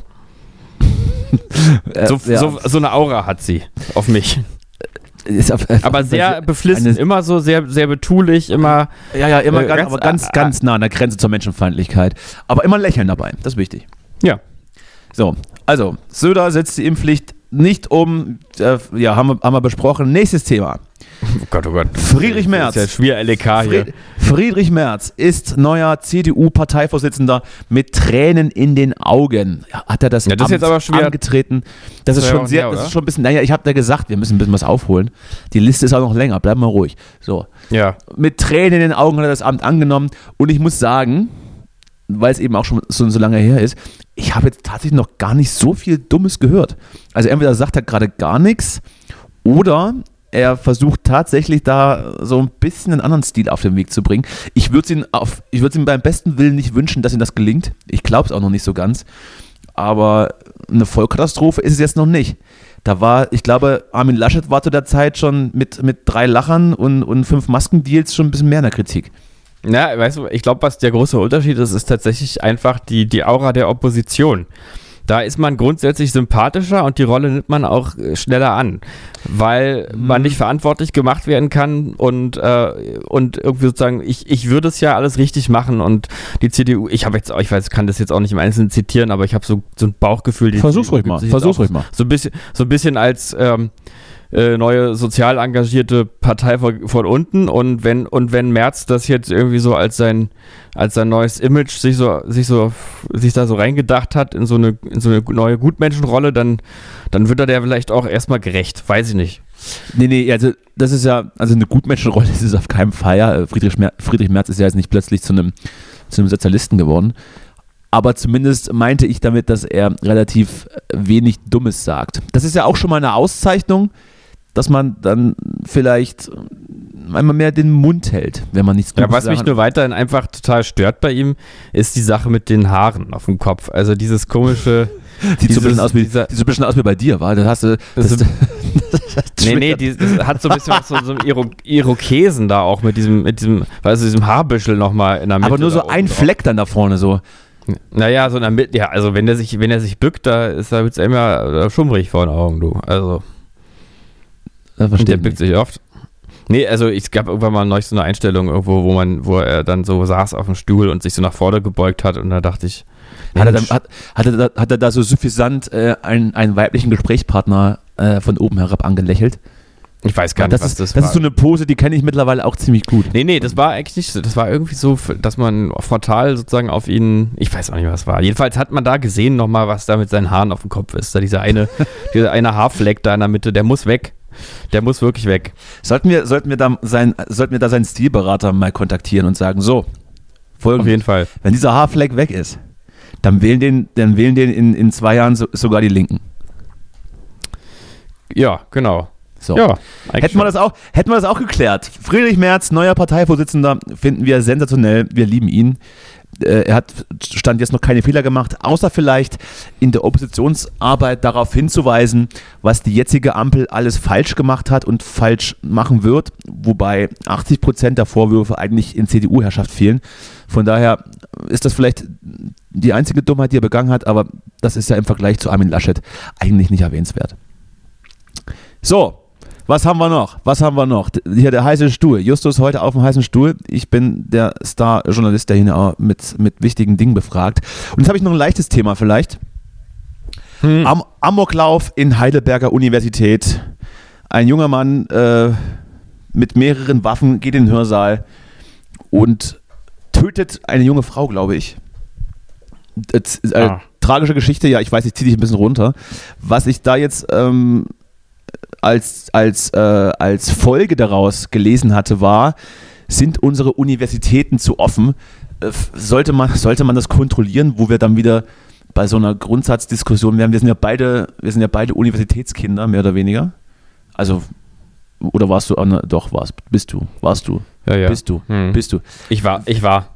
S3: Äh,
S4: So,
S3: ja.
S4: so, so eine Aura hat sie auf mich.
S3: Ist auf- auf-
S4: Aber sehr beflissen,
S3: eine-
S4: immer so sehr, sehr betulich, immer.
S3: Ja, ja, immer
S4: äh,
S3: ganz,
S4: ganz-
S3: aber ganz,
S4: äh,
S3: ganz nah an der Grenze zur Menschenfeindlichkeit. Aber immer ein Lächeln dabei, das ist wichtig.
S4: Ja.
S3: So, also, Söder setzt die Impfpflicht nicht um, äh, ja, haben wir, haben wir besprochen. Nächstes Thema.
S4: Oh Gott, oh Gott.
S3: Friedrich Merz.
S4: Das ist ja schwer L E K hier.
S3: Fried, Friedrich Merz ist neuer C D U-Parteivorsitzender mit Tränen in den Augen. Ja, hat er das,
S4: Ja, das ist
S3: Amt
S4: jetzt aber schon wieder-
S3: angetreten? Das ist
S4: Das war ja
S3: schon
S4: auch
S3: sehr,
S4: her,
S3: das
S4: oder?
S3: ist schon ein bisschen, naja, ich habe da gesagt, wir müssen ein bisschen was aufholen. Die Liste ist auch noch länger, bleib mal ruhig. So,
S4: Ja.
S3: mit Tränen in den Augen hat er das Amt angenommen und ich muss sagen, weil es eben auch schon so, so lange her ist, ich habe jetzt tatsächlich noch gar nicht so viel Dummes gehört. Also entweder sagt er gerade gar nichts oder er versucht tatsächlich da so ein bisschen einen anderen Stil auf den Weg zu bringen. Ich würde es ihm, auf, ich würde es ihm beim besten Willen nicht wünschen, dass ihm das gelingt. Ich glaube es auch noch nicht so ganz. Aber eine Vollkatastrophe ist es jetzt noch nicht. Da war, ich glaube, Armin Laschet war zu der Zeit schon mit, mit drei Lachern und, und fünf Maskendeals schon ein bisschen mehr in der Kritik.
S4: Na, weißt du, ich glaube, was der große Unterschied ist, ist tatsächlich einfach die, die Aura der Opposition. Da ist man grundsätzlich sympathischer und die Rolle nimmt man auch äh, schneller an, weil
S3: Mhm.
S4: man nicht verantwortlich gemacht werden kann und, äh, und irgendwie sozusagen, ich, ich würde es ja alles richtig machen und die C D U, ich habe jetzt, auch- ich weiß, kann das jetzt auch nicht im Einzelnen zitieren, aber ich habe so, so ein Bauchgefühl. Die
S3: Versuch's
S4: C D U
S3: ruhig
S4: gibt
S3: mal,
S4: sich
S3: versuch's
S4: jetzt auch
S3: ruhig mal.
S4: So ein bisschen, so ein bisschen als ähm, äh, neue sozial engagierte Partei von, von unten und wenn und wenn Merz das jetzt irgendwie so als sein als sein neues Image sich so sich so sich da so reingedacht hat in so eine in so eine neue Gutmenschenrolle, dann dann wird er der vielleicht auch erstmal gerecht, weiß ich nicht.
S3: Nee, nee, also das ist ja, also eine Gutmenschenrolle ist es auf keinen Fall. Ja. Friedrich, Mer- Friedrich Merz ist ja jetzt nicht plötzlich zu einem, zu einem Sozialisten geworden. Aber zumindest meinte ich damit, dass er relativ wenig Dummes sagt. Das ist ja auch schon mal eine Auszeichnung, dass man dann vielleicht einmal mehr den Mund hält, wenn man nichts
S4: Ja,
S3: Dummes
S4: was mich
S3: sagt.
S4: nur weiterhin einfach total stört bei ihm, ist die Sache mit den Haaren auf dem Kopf. Also dieses komische.
S3: Sieht so ein bisschen
S4: dieses-
S3: aus wie,
S4: dieser-
S3: sieht so ein bisschen aus wie bei dir, war? Das hast du.
S4: Das
S3: Das,
S4: ist- Nee, nee, die, das hat so ein bisschen was von so einem Iro Irokesen da auch mit diesem, mit diesem, weißt du, diesem Haarbüschel nochmal in der Mitte.
S3: aber nur so
S4: da
S3: ein
S4: oben drauf.
S3: Fleck dann da vorne so.
S4: Naja, so in der Mitte, ja, also wenn der sich, wenn er sich bückt, da ist da wird's immer äh, schummrig vor den Augen, du. Also,
S3: Das
S4: der
S3: verstehe ich
S4: bückt
S3: nicht.
S4: sich oft. Nee, also es gab irgendwann mal neulich so eine Einstellung irgendwo, wo man, wo er dann so saß auf dem Stuhl und sich so nach vorne gebeugt hat und da dachte ich,
S3: Hat er, dann, hat, hat, er da, hat er da so suffisant äh, einen, einen weiblichen Gesprächspartner äh, von oben herab angelächelt?
S4: Ich weiß gar
S3: ja,
S4: nicht,
S3: das
S4: was
S3: ist,
S4: das,
S3: das
S4: war.
S3: Das ist so eine Pose, die kenne ich mittlerweile auch ziemlich gut.
S4: Nee, nee, das war eigentlich nicht so. Das war irgendwie so, dass man frontal sozusagen auf ihn, ich weiß auch nicht, was war. Jedenfalls hat man da gesehen nochmal, was da mit seinen Haaren auf dem Kopf ist. Da dieser eine, dieser eine Haarfleck da in der Mitte, der muss weg. Der muss wirklich weg.
S3: Sollten wir, sollten wir, da, sein, sollten wir da seinen Stilberater mal kontaktieren und sagen, so, folgendes,
S4: auf jeden Fall.
S3: Wenn dieser Haarfleck weg ist, dann wählen den, dann wählen den in, in zwei Jahren so, sogar die Linken.
S4: Ja, genau.
S3: So.
S4: Ja,
S3: hätten wir, das auch, hätten wir das auch geklärt. Friedrich Merz, neuer Parteivorsitzender, finden wir sensationell. Wir lieben ihn. Äh, er hat Stand jetzt noch keine Fehler gemacht, außer vielleicht in der Oppositionsarbeit darauf hinzuweisen, was die jetzige Ampel alles falsch gemacht hat und falsch machen wird, wobei achtzig Prozent der Vorwürfe eigentlich in C D U-Herrschaft fehlen. Von daher ist das vielleicht die einzige Dummheit, die er begangen hat, aber das ist ja im Vergleich zu Armin Laschet eigentlich nicht erwähnenswert. So. Was haben wir noch? Was haben wir noch? Hier der heiße Stuhl. Justus heute auf dem heißen Stuhl. Ich bin der Star-Journalist, der hier mit, mit wichtigen Dingen befragt. Und jetzt habe ich noch ein leichtes Thema vielleicht. Hm. Am Amoklauf in Heidelberger Universität. Ein junger Mann äh, mit mehreren Waffen geht in den Hörsaal und tötet eine junge Frau, glaube ich. Das, äh, ah. Tragische Geschichte, ja, ich weiß, ich ziehe dich ein bisschen runter. Was ich da jetzt... Ähm, als, als, äh, als Folge daraus gelesen hatte, war, sind unsere Universitäten zu offen? Äh, sollte man, sollte man das kontrollieren, wo wir dann wieder bei so einer Grundsatzdiskussion wären? Wir sind ja beide, wir sind ja beide Universitätskinder, mehr oder weniger. Also, oder warst du, Anna, doch, warst, bist du, warst du,
S4: ja, ja.
S3: bist du,
S4: hm.
S3: bist du.
S4: Ich war, ich war.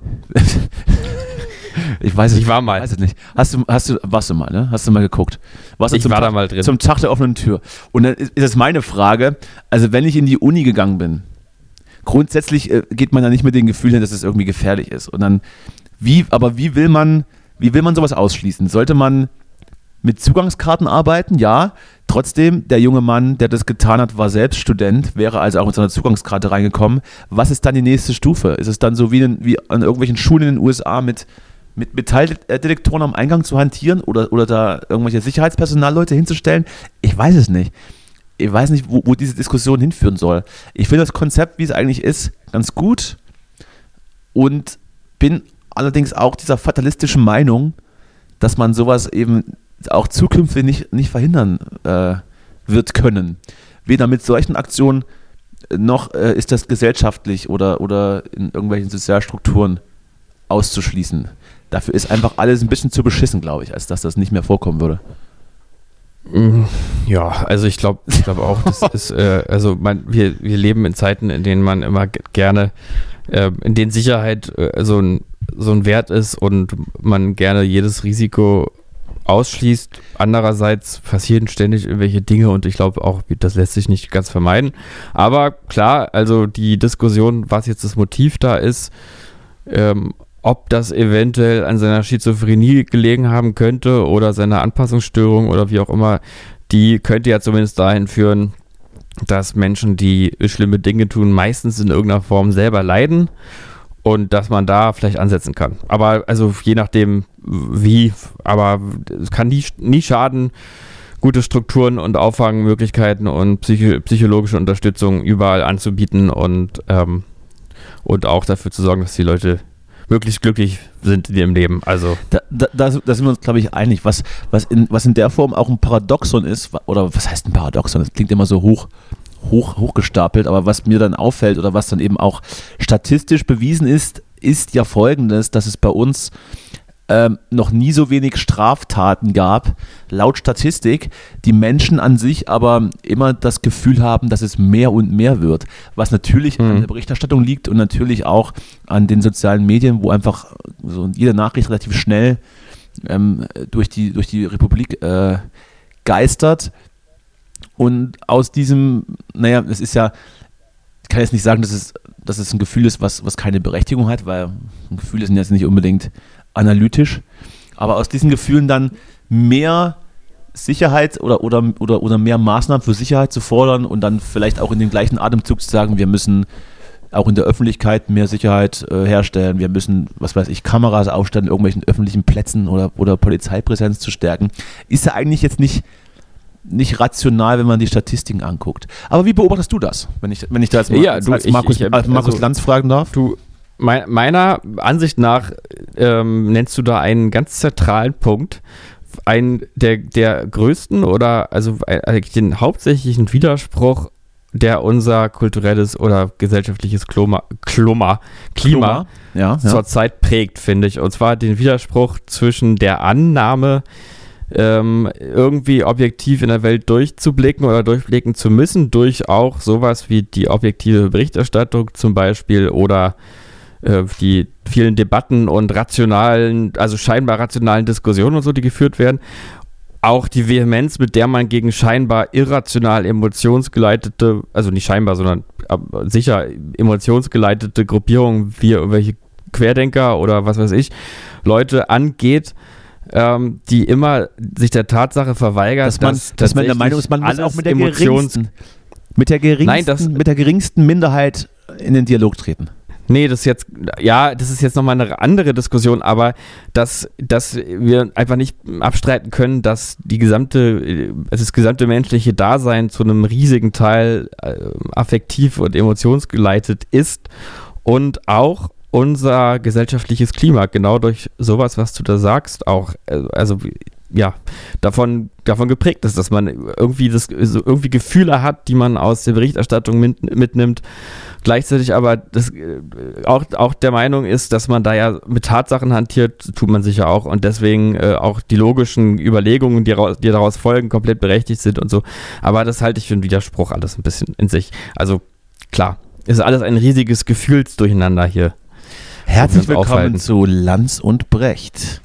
S3: Ich weiß es,
S4: ich war mal.
S3: Weiß es nicht. Hast du, hast du, warst du mal, ne? Hast du mal geguckt? Warst du
S4: ich
S3: zum
S4: war
S3: Tag,
S4: da mal drin.
S3: Zum Tag der offenen Tür. Und dann ist, ist es meine Frage, also wenn ich in die Uni gegangen bin, grundsätzlich äh, geht man da nicht mit dem Gefühl hin, dass es irgendwie gefährlich ist. Und dann, wie, aber wie will man, wie will man sowas ausschließen? Sollte man mit Zugangskarten arbeiten? Ja. Trotzdem, der junge Mann, der das getan hat, war selbst Student, wäre also auch mit seiner Zugangskarte reingekommen. Was ist dann die nächste Stufe? Ist es dann so wie, in, wie an irgendwelchen Schulen in den U S A mit mit Metalldetektoren am Eingang zu hantieren oder, oder da irgendwelche Sicherheitspersonalleute hinzustellen? Ich weiß es nicht. Ich weiß nicht, wo, wo diese Diskussion hinführen soll. Ich finde das Konzept, wie es eigentlich ist, ganz gut und bin allerdings auch dieser fatalistischen Meinung, dass man sowas eben auch zukünftig nicht, nicht verhindern äh, wird können. Weder mit solchen Aktionen noch äh, ist das gesellschaftlich oder, oder in irgendwelchen Sozialstrukturen auszuschließen. Dafür ist einfach alles ein bisschen zu beschissen, glaube ich, als dass das nicht mehr vorkommen würde.
S4: Ja, also ich glaube ich glaube auch, das ist, äh, also man, wir, wir leben in Zeiten, in denen man immer g- gerne, äh, in denen Sicherheit äh, so, ein, so ein Wert ist und man gerne jedes Risiko ausschließt. Andererseits passieren ständig irgendwelche Dinge und ich glaube auch, das lässt sich nicht ganz vermeiden. Aber klar, also die Diskussion, was jetzt das Motiv da ist, ähm, ob das eventuell an seiner Schizophrenie gelegen haben könnte oder seiner Anpassungsstörung oder wie auch immer, die könnte ja zumindest dahin führen, dass Menschen, die schlimme Dinge tun, meistens in irgendeiner Form selber leiden und dass man da vielleicht ansetzen kann. Aber also je nachdem wie, aber es kann nie, nie schaden, gute Strukturen und Auffangmöglichkeiten und psych- psychologische Unterstützung überall anzubieten und, ähm, und auch dafür zu sorgen, dass die Leute möglichst glücklich sind in ihrem Leben. Also
S3: da, da, da sind wir uns, glaube ich, einig. Was, was, in, was in der Form auch ein Paradoxon ist, oder was heißt ein Paradoxon? Das klingt immer so hoch, hoch, hochgestapelt, aber was mir dann auffällt oder was dann eben auch statistisch bewiesen ist, ist ja folgendes, dass es bei uns ähm, noch nie so wenig Straftaten gab, laut Statistik, die Menschen an sich aber immer das Gefühl haben, dass es mehr und mehr wird, was natürlich mhm. an der Berichterstattung liegt und natürlich auch an den sozialen Medien, wo einfach so jede Nachricht relativ schnell ähm, durch, die, durch die Republik äh, geistert. Und aus diesem, naja, es ist ja, ich kann jetzt nicht sagen, dass es, dass es ein Gefühl ist, was, was keine Berechtigung hat, weil Gefühle sind jetzt nicht unbedingt analytisch, aber aus diesen Gefühlen dann mehr Sicherheit oder, oder, oder, oder mehr Maßnahmen für Sicherheit zu fordern und dann vielleicht auch in dem gleichen Atemzug zu sagen, wir müssen auch in der Öffentlichkeit mehr Sicherheit äh, herstellen. Wir müssen, was weiß ich, Kameras aufstellen, irgendwelchen öffentlichen Plätzen oder, oder Polizeipräsenz zu stärken. Ist ja eigentlich jetzt nicht, nicht rational, wenn man die Statistiken anguckt. Aber wie beobachtest du das, wenn ich, wenn ich da jetzt mal
S4: Ja,
S3: als,
S4: du,
S3: als
S4: ich-
S3: Markus,
S4: ich-
S3: als Markus
S4: also-
S3: Lanz fragen darf?
S4: Du, mei- meiner Ansicht nach ähm, nennst du da einen ganz zentralen Punkt, einen der, der größten oder also eigentlich den hauptsächlichen Widerspruch, der unser kulturelles oder gesellschaftliches Kloma, Kloma, Klima
S3: Ja, ja.
S4: zurzeit prägt, finde ich. Und zwar den Widerspruch zwischen der Annahme, ähm, irgendwie objektiv in der Welt durchzublicken oder durchblicken zu müssen, durch auch sowas wie die objektive Berichterstattung zum Beispiel oder äh, die vielen Debatten und rationalen, also scheinbar rationalen Diskussionen und so, die geführt werden. Auch die Vehemenz, mit der man gegen scheinbar irrational emotionsgeleitete, also nicht scheinbar, sondern äh, sicher emotionsgeleitete Gruppierungen wie irgendwelche Querdenker oder was weiß ich, Leute angeht, ähm, die immer sich der Tatsache verweigert,
S3: dass man,
S4: dass,
S3: dass man der Meinung ist, man muss
S4: alles
S3: auch mit der
S4: Emotions-
S3: geringsten, mit der geringsten,
S4: Nein, das-
S3: mit der geringsten Minderheit in den Dialog treten.
S4: Nee, das ist jetzt, ja, das ist jetzt nochmal eine andere Diskussion, aber dass, dass wir einfach nicht abstreiten können, dass die gesamte, das gesamte menschliche Dasein zu einem riesigen Teil äh, affektiv und emotionsgeleitet ist und auch unser gesellschaftliches Klima, genau durch sowas, was du da sagst, auch, äh, also ja, davon, davon geprägt ist, dass man irgendwie das so irgendwie Gefühle hat, die man aus der Berichterstattung mit, mitnimmt, gleichzeitig aber das, äh, auch, auch der Meinung ist, dass man da ja mit Tatsachen hantiert, tut man sicher auch und deswegen äh, auch die logischen Überlegungen, die, raus, die daraus folgen, komplett berechtigt sind und so, aber das halte ich für einen Widerspruch alles ein bisschen in sich. Also klar, ist alles ein riesiges Gefühlsdurcheinander hier.
S3: Herzlich
S4: wir uns
S3: willkommen
S4: aufhalten.
S3: zu Lanz und Brecht.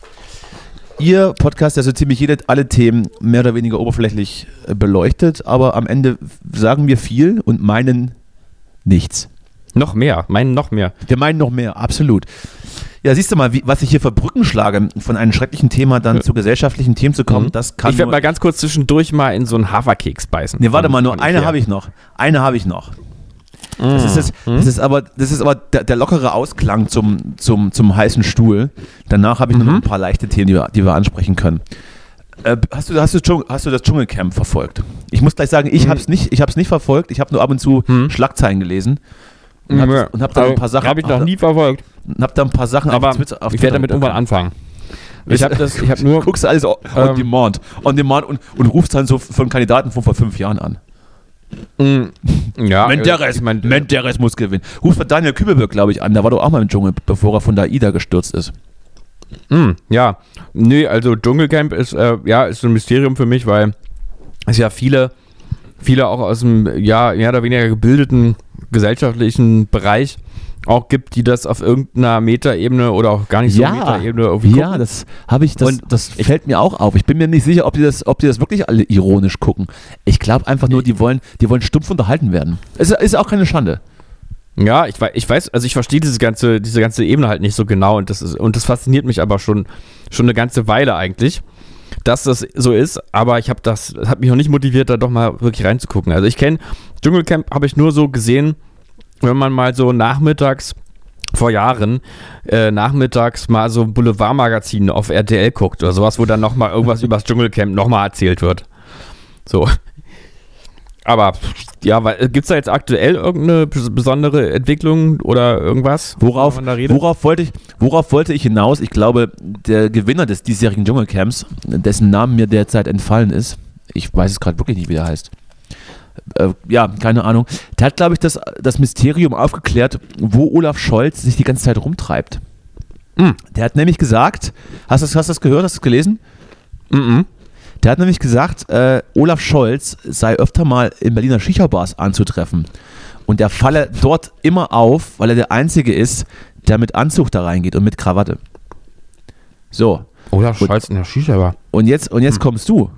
S3: Ihr Podcast, der so ziemlich jede, alle Themen mehr oder weniger oberflächlich äh, beleuchtet, aber am Ende sagen wir viel und meinen nichts.
S4: Noch mehr, meinen noch mehr.
S3: Wir meinen noch mehr, absolut. Ja, siehst du mal, wie, was ich hier für Brücken schlage, von einem schrecklichen Thema dann
S4: Ja.
S3: zu gesellschaftlichen Themen zu kommen,
S4: Mhm.
S3: das kann
S4: Ich werde
S3: nur...
S4: mal ganz kurz zwischendurch mal in so einen Haferkeks beißen.
S3: Nee, warte
S4: Von-
S3: mal, nur
S4: von
S3: eine
S4: Ikea.
S3: habe ich noch. Eine habe ich noch. Das ist, jetzt, das ist aber, das ist aber der, der lockere Ausklang zum, zum, zum heißen Stuhl. Danach habe ich nur noch ein paar leichte Themen, die wir, die wir ansprechen können. Äh, hast, du, hast, du, Dschung- hast du das Dschungelcamp verfolgt? Ich muss gleich sagen, ich
S4: Mhm.
S3: habe es nicht, ich hab's nicht verfolgt. Ich habe nur ab und zu
S4: Mhm.
S3: Schlagzeilen gelesen und habe
S4: Ja.
S3: und hab da ein paar Sachen,
S4: Habe ich noch nie verfolgt.
S3: hab da ein paar Sachen
S4: Aber
S3: auf Twitter, auf
S4: ich
S3: Twitter
S4: werde damit irgendwann
S3: mitbekommen.
S4: anfangen. Ich habe das, ich habe nur.
S3: Guckst du alles on
S4: ähm,
S3: demand, on demand und, und rufst dann so von Kandidaten von vor fünf Jahren an.
S4: mh, ja,
S3: Menderes,
S4: ich mein,
S3: Menderes muss gewinnen. Ruf bei Daniel Kübelberg, glaube ich, an. Der war doch auch mal im Dschungel, bevor er von der AIDA gestürzt ist.
S4: mh, ja, nee, also Dschungelcamp ist, äh, ja, ist so ein Mysterium für mich, weil es ja viele, viele auch aus dem, ja, mehr oder weniger gebildeten gesellschaftlichen Bereich auch gibt, die das auf irgendeiner Metaebene oder auch gar nicht so Metaebene irgendwie gucken.
S3: Ja, das habe ich, das,
S4: Und
S3: das fällt mir auch auf. Ich bin mir nicht sicher, ob die das, ob die das wirklich alle ironisch gucken. Ich glaube einfach nur, die wollen, die wollen stumpf unterhalten werden. Es ist auch keine Schande.
S4: Ja, ich weiß, ich weiß, also ich verstehe diese ganze, diese ganze Ebene halt nicht so genau und das ist, und das fasziniert mich aber schon, schon eine ganze Weile eigentlich, dass das so ist, aber ich habe das, das hat mich noch nicht motiviert, da doch mal wirklich reinzugucken. Also ich kenne Dschungelcamp, habe ich nur so gesehen, wenn man mal so nachmittags vor Jahren äh, nachmittags mal so ein Boulevardmagazin auf R T L guckt oder sowas, wo dann nochmal irgendwas über das Dschungelcamp nochmal erzählt wird. So. Aber, ja, gibt es da jetzt aktuell irgendeine bes- besondere Entwicklung oder irgendwas?
S3: Worauf,
S4: worüber man da redet?
S3: worauf, wollte ich, worauf wollte ich hinaus? Ich glaube, der Gewinner des diesjährigen Dschungelcamps, dessen Namen mir derzeit entfallen ist, ich weiß es gerade wirklich nicht, wie der heißt. Äh, ja, keine Ahnung. Der hat, glaube ich, das, das Mysterium aufgeklärt, wo Olaf Scholz sich die ganze Zeit rumtreibt.
S4: Mm.
S3: Der hat nämlich gesagt, hast du das, hast du das gehört, hast du das gelesen?
S4: Mhm.
S3: Der hat nämlich gesagt, äh, Olaf Scholz sei öfter mal in Berliner Shisha-Bars anzutreffen. Und er falle dort immer auf, weil er der Einzige ist, der mit Anzug da reingeht und mit Krawatte. So.
S4: Olaf Scholz in der Shisha-Bar.
S3: Und jetzt, und jetzt kommst du.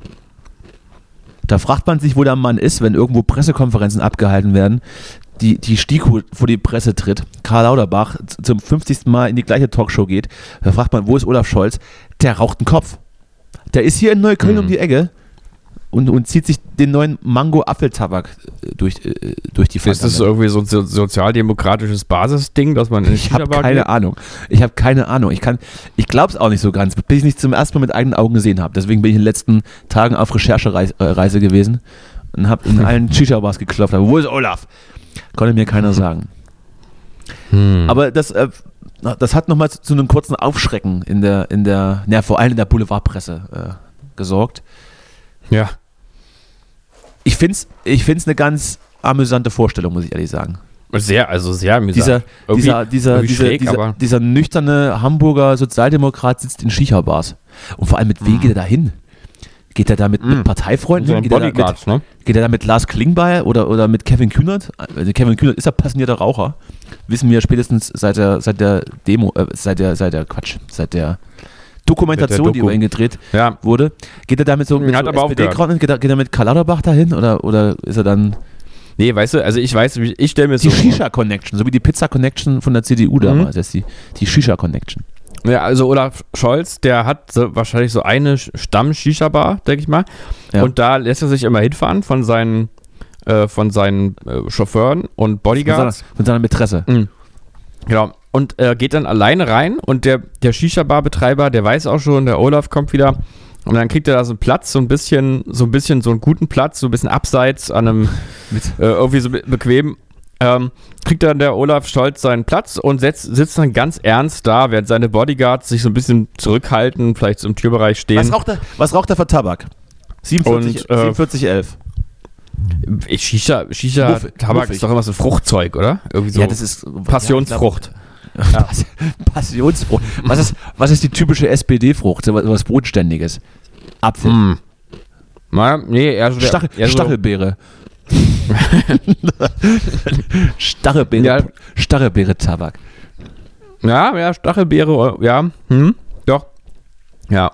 S3: Da fragt man sich, wo der Mann ist, wenn irgendwo Pressekonferenzen abgehalten werden, die, die STIKO vor die Presse tritt, Karl Lauterbach z- zum fünfzigsten Mal in die gleiche Talkshow geht, da fragt man, wo ist Olaf Scholz? Der raucht einen Kopf. Der ist hier in Neukölln
S4: Mhm.
S3: um die Ecke und, und zieht sich den neuen Mango-Apfeltabak durch, äh, durch die
S4: Ist das irgendwie so ein so- sozialdemokratisches Basisding, dass man in
S3: Ich habe keine geht? Ahnung. Ich habe keine Ahnung. Ich kann, ich glaube es auch nicht so ganz, bis ich nicht zum ersten Mal mit eigenen Augen gesehen habe. Deswegen bin ich in den letzten Tagen auf Recherchereise gewesen und habe in allen Shisha-Bars geklopft. Aber wo ist Olaf? Konnte mir keiner sagen.
S4: Hm.
S3: Aber das, äh, das hat nochmal zu, zu einem kurzen Aufschrecken in der, in der, ja, vor allem in der Boulevardpresse äh, gesorgt.
S4: Ja.
S3: Ich finde es ich find's eine ganz amüsante Vorstellung, muss ich ehrlich sagen.
S4: Sehr, also sehr amüsant.
S3: Dieser, dieser, dieser, dieser,
S4: schräg,
S3: dieser, dieser nüchterne Hamburger Sozialdemokrat sitzt in Shisha-Bars. Und vor allem mit wem mm. geht er da hin? Geht er da mit, mm. mit Parteifreunden hin? Geht,
S4: Bodyguards,
S3: er da mit,
S4: ne?
S3: geht er da mit Lars Klingbeil oder, oder mit Kevin Kühnert? Also Kevin Kühnert ist ja passionierter Raucher. Wissen wir spätestens seit der, seit der Demo, äh, seit der, seit der Quatsch, seit der Dokumentation,
S4: der
S3: die über ihn gedreht
S4: ja.
S3: wurde. Geht er da mit so, mit
S4: Hat
S3: so
S4: aber
S3: S P D-Krauten, geht, er- geht er mit Karl Lauterbach dahin oder, oder ist er dann
S4: Nee, weißt du, also ich weiß, ich stelle mir es
S3: die
S4: so
S3: Shisha-Connection, so wie die Pizza-Connection von der C D U damals, das ist die, die Shisha-Connection.
S4: Ja, also Olaf Scholz, der hat so, wahrscheinlich so eine Stamm-Shisha-Bar, denke ich mal.
S3: Ja.
S4: Und da lässt er sich immer hinfahren von seinen, äh, von seinen äh, Chauffeuren und
S3: Von
S4: Bodyguards.
S3: seiner, von seiner Mätresse.
S4: Mhm. Genau. Und äh, geht dann alleine rein und der, der Shisha-Bar-Betreiber, der weiß auch schon, der Olaf kommt wieder. Und dann kriegt er da so einen Platz, so ein bisschen, so ein bisschen, so einen guten Platz, so ein bisschen abseits an einem, äh, irgendwie so be- bequem. Ähm, kriegt dann der Olaf Scholz seinen Platz und setzt, sitzt dann ganz ernst da, während seine Bodyguards sich so ein bisschen zurückhalten, vielleicht so im Türbereich stehen.
S3: Was raucht er, was raucht er für Tabak? siebenundvierzig,
S4: Und, äh,
S3: siebenundvierzig elf.
S4: Ich, Shisha, Shisha
S3: Muffig,
S4: Tabak
S3: muffig.
S4: ist doch immer so ein Fruchtzeug, oder? Irgendwie so
S3: Ja, das ist
S4: Passionsfrucht.
S3: Ja, ich glaub, Passionsfrucht. Was ist, was ist die typische S P D-Frucht? So was, was Bodenständiges. Apfel.
S4: Hm. Na, nee, eher so der,
S3: Stachel,
S4: eher so,
S3: Stachelbeere. Stachelbeere.
S4: Ja.
S3: Stachelbeere-Tabak.
S4: Ja, ja, Stachelbeere, ja, hm, doch. Ja.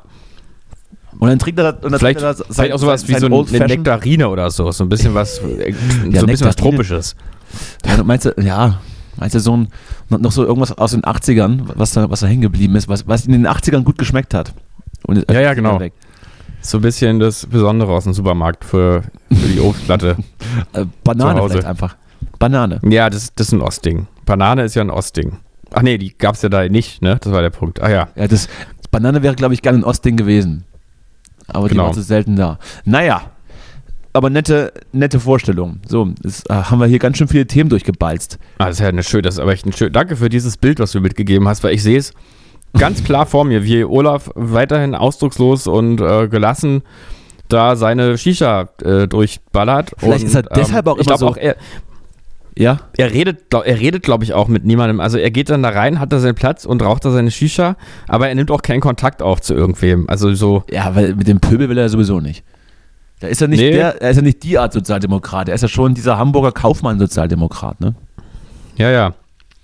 S3: Und dann trinkt er da, und dann
S4: Vielleicht,
S3: trinkt er da
S4: vielleicht auch sowas wie so eine Nektarine oder so. So ein bisschen was, äh, so ein bisschen was Tropisches.
S3: Ja, meinst du, ja, meinst du so ein, noch so irgendwas aus den achtzigern, was da, was da hängen geblieben ist, was, was in den achtzigern gut geschmeckt hat. Und ist
S4: Ja, ja,
S3: einfach
S4: genau.
S3: weg.
S4: So ein bisschen das Besondere aus dem Supermarkt für, für die Obstplatte.
S3: Äh, Banane
S4: Zu Hause.
S3: vielleicht einfach. Banane.
S4: Ja, das, das ist ein Ostding. Banane ist ja ein Ostding. Ach nee, die gab es ja da nicht, ne? Das war der Punkt. Ah ja.
S3: Ja, das, Banane wäre, glaube ich, gerne ein Ostding gewesen. Aber
S4: Genau.
S3: die war so selten da. Naja, aber nette, nette Vorstellung. So, das, äh, haben wir hier ganz schön viele Themen durchgebalzt.
S4: Ah, das ist ja eine schön, das ist aber echt ein schön. Danke für dieses Bild, was du mitgegeben hast, weil ich sehe es ganz klar vor mir, wie Olaf weiterhin ausdruckslos und äh, gelassen da seine Shisha äh, durchballert.
S3: Vielleicht
S4: und,
S3: ist er deshalb auch
S4: ich
S3: immer
S4: glaub
S3: so-
S4: Auch er,
S3: Ja?
S4: er redet, glaub, er redet, glaube ich, auch mit niemandem. Also er geht dann da rein, hat da seinen Platz und raucht da seine Shisha, aber er nimmt auch keinen Kontakt auf zu irgendwem. Also so,
S3: Ja, weil mit dem Pöbel will er sowieso nicht. Da ist er nicht
S4: Nee.
S3: der, er ist ja nicht die Art Sozialdemokrat. Er ist ja schon dieser Hamburger Kaufmann-Sozialdemokrat, ne?
S4: ja, ja.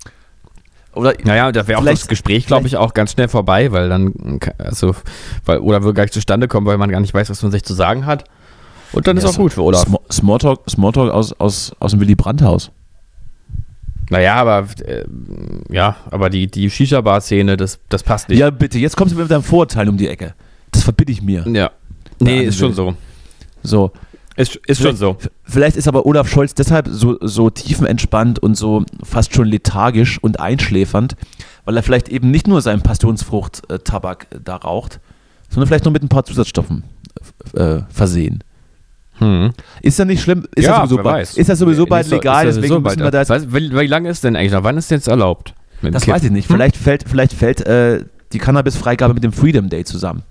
S3: Oder
S4: Naja, da wäre auch
S3: Vielleicht-
S4: das Gespräch, glaube ich, auch ganz schnell vorbei, weil dann, also, weil, oder würde gar nicht zustande kommen, weil man gar nicht weiß, was man sich zu sagen hat. Und dann ist
S3: Ja,
S4: auch
S3: so
S4: gut für Olaf.
S3: Sm- Smalltalk, Smalltalk aus, aus, aus dem Willy Brandt-Haus.
S4: Naja, aber, äh, ja, aber die, die Shisha-Bar-Szene, das, das passt nicht.
S3: Ja, bitte, jetzt kommst du mit deinem Vorurteil um die Ecke. Das verbitte ich mir.
S4: Ja. Nee,
S3: Ja,
S4: ist schon so.
S3: So.
S4: Ist, ist schon so.
S3: Vielleicht ist aber Olaf Scholz deshalb so, so tiefenentspannt und so fast schon lethargisch und einschläfernd, weil er vielleicht eben nicht nur seinen Passionsfrucht-Tabak da raucht, sondern vielleicht noch mit ein paar Zusatzstoffen äh, versehen.
S4: Hm.
S3: Ist ja nicht schlimm, ist
S4: ja,
S3: ja sowieso
S4: wer
S3: bald,
S4: weiß.
S3: ist das sowieso bald
S4: Ist doch-
S3: legal,
S4: ist doch
S3: deswegen
S4: sowieso
S3: müssen wir
S4: bald.
S3: da jetzt,
S4: Weiß, wie, wie lange ist denn eigentlich noch? Wann ist denn jetzt erlaubt? mit dem
S3: das
S4: Kiffen?
S3: weiß ich nicht,
S4: Hm?
S3: vielleicht fällt, vielleicht fällt äh, die Cannabis-Freigabe mit dem Freedom Day zusammen.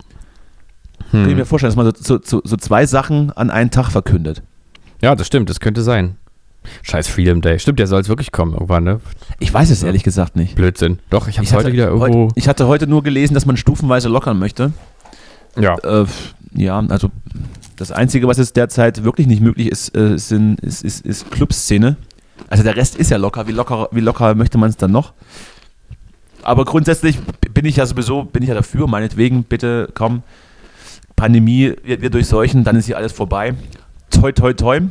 S4: Hm.
S3: Kann ich mir vorstellen, dass man so, so, so, so zwei Sachen an einen Tag verkündet.
S4: Ja, das stimmt, das könnte sein. Scheiß Freedom Day. Stimmt, der soll jetzt wirklich kommen irgendwann, ne?
S3: Ich weiß es ehrlich gesagt nicht.
S4: Blödsinn. Doch, ich habe
S3: Ich
S4: heute
S3: hatte,
S4: wieder irgendwo.
S3: heute, ich hatte heute nur gelesen, dass man stufenweise lockern möchte.
S4: ja.
S3: Äh, ja, also das Einzige, was jetzt derzeit wirklich nicht möglich ist, äh, sind, ist, ist, ist Clubszene. Also der Rest ist ja locker. Wie locker, wie locker möchte man es dann noch? Aber grundsätzlich bin ich ja sowieso, bin ich ja dafür, meinetwegen, bitte komm, Pandemie, wir, wir durchseuchen, dann ist hier alles vorbei. Toi, toi, toi.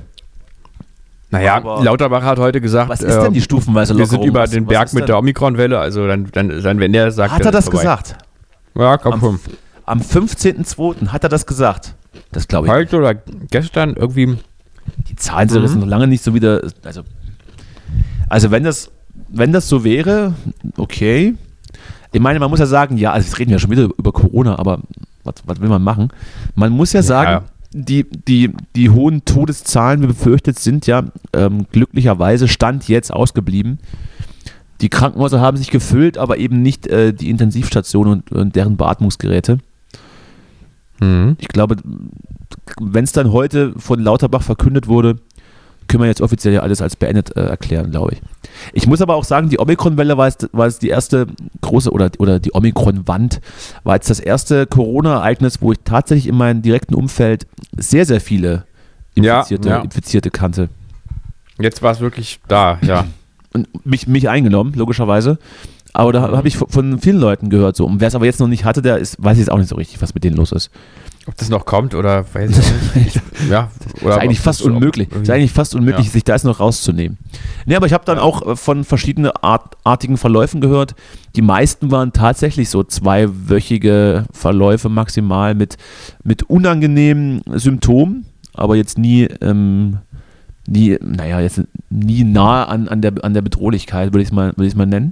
S4: Naja,
S3: aber-
S4: Lauterbach hat heute gesagt,
S3: Was ist denn die
S4: äh,
S3: stufenweise
S4: wir
S3: Lockerung?
S4: sind über
S3: Was-
S4: den
S3: was
S4: Berg
S3: ist
S4: mit
S3: denn-
S4: der Omikron-Welle, also dann, dann, dann, wenn der sagt,
S3: Hat er
S4: dann
S3: das
S4: ist vorbei.
S3: gesagt?
S4: Ja, komm,
S3: Am,
S4: komm.
S3: am fünfzehnten zweiten hat er das gesagt. Das glaube ich.
S4: Heute oder gestern irgendwie.
S3: Die Zahlen sind
S4: Mhm.
S3: noch lange nicht so wieder. Also, also wenn das, wenn das so wäre, okay. Ich meine, man muss ja sagen, ja, also jetzt reden wir ja schon wieder über Corona, aber was, was will man machen? Man muss ja sagen,
S4: Ja.
S3: die, die, die hohen Todeszahlen, wie befürchtet, sind ja ähm, glücklicherweise Stand jetzt ausgeblieben. Die Krankenhäuser haben sich gefüllt, aber eben nicht äh, die Intensivstationen und, und deren Beatmungsgeräte.
S4: Mhm.
S3: Ich glaube, wenn es dann heute von Lauterbach verkündet wurde, können wir jetzt offiziell ja alles als beendet äh, erklären, glaube ich. Ich muss aber auch sagen, die Omikron-Welle war jetzt, war jetzt die erste große, oder, oder die Omikron-Wand, war jetzt das erste Corona-Ereignis, wo ich tatsächlich in meinem direkten Umfeld sehr, sehr viele Infizierte,
S4: Ja, ja.
S3: Infizierte kannte.
S4: Jetzt war es wirklich da, ja.
S3: Und mich, mich eingenommen, logischerweise. Aber da habe ich von- von vielen Leuten gehört. So. Und wer es aber jetzt noch nicht hatte, der ist, weiß ich jetzt auch nicht so richtig, was mit denen los ist.
S4: Ob das noch kommt oder weiß ich auch nicht. Ich, ja, oder
S3: ist eigentlich
S4: ob
S3: fast
S4: das so-
S3: unmöglich.
S4: irgendwie-
S3: Ist eigentlich fast unmöglich,
S4: Ja.
S3: sich da jetzt noch rauszunehmen. Nee, aber ich habe dann auch äh, von verschiedenen Art, artigen Verläufen gehört. Die meisten waren tatsächlich so zweiwöchige Verläufe maximal mit, mit unangenehmen Symptomen, aber jetzt nie, ähm, nie, naja, jetzt nie nah an, an, der, an der Bedrohlichkeit, würde ich es mal, würd ich's mal nennen.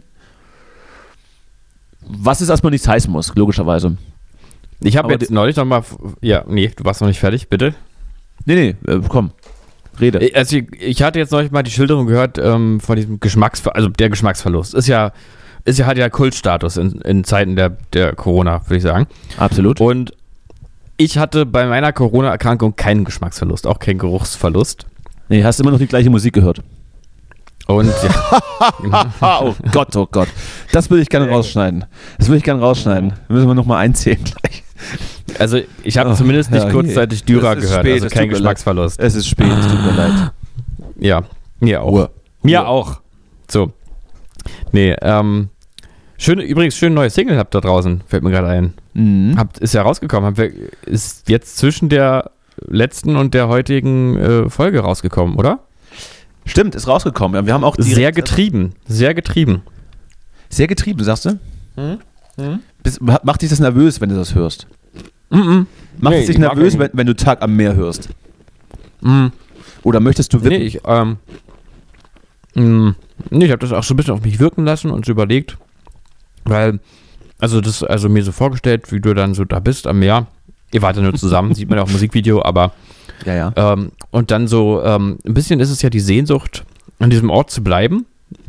S3: Was es erstmal nichts heißen muss, logischerweise.
S4: Ich habe
S3: Aber
S4: jetzt
S3: die-
S4: neulich noch mal, ja, nee, du warst noch nicht fertig, bitte.
S3: Nee, nee, äh, komm, rede.
S4: Ich- Also ich, ich hatte jetzt neulich mal die Schilderung gehört ähm, von diesem Geschmacksver also der Geschmacksverlust. Ist ja, ist ja, hat ja Kultstatus in, in Zeiten der, der Corona, würde ich sagen.
S3: Absolut.
S4: Und ich hatte bei meiner Corona-Erkrankung keinen Geschmacksverlust, auch keinen Geruchsverlust.
S3: Nee, hast immer noch die gleiche Musik gehört.
S4: Und ja,
S3: Ah, oh Gott, oh Gott. Das würde ich gerne rausschneiden. Das würde ich gerne rausschneiden. Müssen wir nochmal einzählen gleich.
S4: also ich habe
S3: Oh,
S4: zumindest nicht
S3: ja,
S4: kurzzeitig
S3: je.
S4: Dürer
S3: Es ist
S4: gehört,
S3: spät,
S4: also
S3: es
S4: kein
S3: tut mir
S4: Geschmacksverlust.
S3: Es ist spät, es tut mir leid.
S4: Ja, mir auch.
S3: Ruhe.
S4: Mir
S3: Ruhe.
S4: auch. So. Nee, ähm, schön, übrigens, schön neues Single habt da draußen, fällt mir gerade ein.
S3: Mhm.
S4: Habt, ist ja rausgekommen, habt wir, ist jetzt zwischen der letzten und der heutigen äh, Folge rausgekommen, oder?
S3: Stimmt, ist rausgekommen. Ja, wir haben auch direkt-
S4: Sehr getrieben, sehr getrieben.
S3: Sehr getrieben, sagst du?
S4: Mhm.
S3: Bist, macht dich das nervös, wenn du das hörst?
S4: Mhm.
S3: Macht
S4: Nee,
S3: es dich
S4: ich mag
S3: nervös,
S4: ihn.
S3: wenn, wenn du Tag am Meer hörst?
S4: Mhm.
S3: Oder möchtest du
S4: Nee,
S3: wippen?
S4: ich, ähm, mh, nee, ich habe das auch so ein bisschen auf mich wirken lassen und so überlegt, weil, also das, also mir so vorgestellt, wie du dann so da bist am Meer. Ihr wart ja nur zusammen, sieht man ja auch im Musikvideo, aber
S3: ja, ja.
S4: ähm, und dann so, ähm, ein bisschen ist es ja die Sehnsucht, an diesem Ort zu bleiben.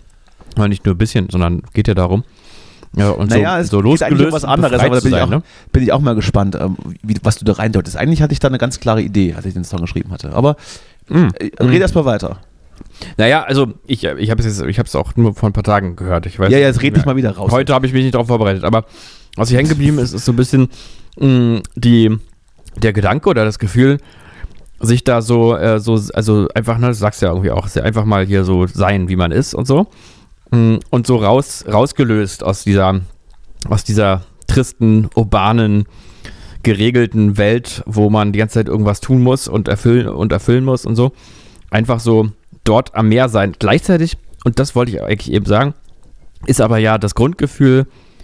S4: Aber nicht nur ein bisschen, sondern geht ja darum. Ja, und
S3: Naja,
S4: so,
S3: es
S4: so
S3: geht eigentlich
S4: losgelöst
S3: um was
S4: und
S3: anderes,
S4: befreit
S3: aber da
S4: zu
S3: bin ich,
S4: sein,
S3: auch,
S4: ne?
S3: bin ich auch mal gespannt, ähm, wie, was du da reindeutest. Eigentlich hatte ich da eine ganz klare Idee, als ich den Song geschrieben hatte. Aber
S4: Mhm.
S3: äh, red erst mal weiter.
S4: Naja, also ich, ich habe es ich hab's auch nur vor ein paar Tagen gehört. Ich weiß
S3: Ja, ja, jetzt red nicht mal wieder raus.
S4: Heute habe ich mich nicht darauf vorbereitet, aber was hier hängen geblieben ist, ist so ein bisschen mh, die, der Gedanke oder das Gefühl, sich da so, äh, so also einfach, ne, das sagst du ja irgendwie auch, ist ja einfach mal hier so sein, wie man ist und so. Mh, und so raus, rausgelöst aus dieser, aus dieser tristen, urbanen, geregelten Welt, wo man die ganze Zeit irgendwas tun muss und erfüllen und erfüllen muss und so. Einfach so dort am Meer sein. Gleichzeitig, und das wollte ich eigentlich eben sagen, ist aber ja das Grundgefühl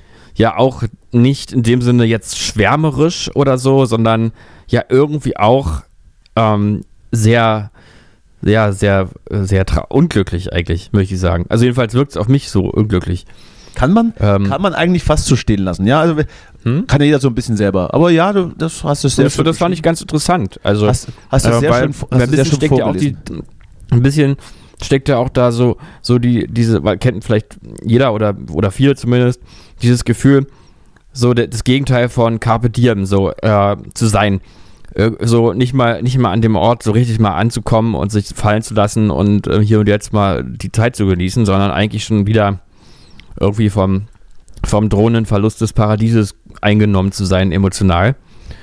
S4: ja auch nicht in dem Sinne jetzt schwärmerisch oder so, sondern ja irgendwie auch ähm, sehr, sehr, sehr, sehr tra- unglücklich eigentlich, möchte ich sagen. Also jedenfalls wirkt es auf mich so unglücklich.
S3: Kann man,
S4: Ähm,
S3: kann man eigentlich fast so stehen lassen. Ja, also
S4: Hm?
S3: kann ja jeder so ein bisschen selber. Aber ja, du, das hast du sehr
S4: das, das fand ich ganz interessant. Also
S3: Hast, hast du
S4: äh,
S3: sehr
S4: weil
S3: schön,
S4: ein
S3: hast du sehr
S4: bisschen
S3: schön
S4: steckt ja auch die,
S3: vorgelesen.
S4: ein bisschen steckt ja auch da so, so die, diese, weil kennt vielleicht jeder oder, oder viele zumindest, dieses Gefühl, so de, das Gegenteil von Carpe Diem, so äh, zu sein. Äh, so nicht mal, nicht mal an dem Ort so richtig mal anzukommen und sich fallen zu lassen und äh, hier und jetzt mal die Zeit zu genießen, sondern eigentlich schon wieder irgendwie vom, vom drohenden Verlust des Paradieses eingenommen zu sein, emotional.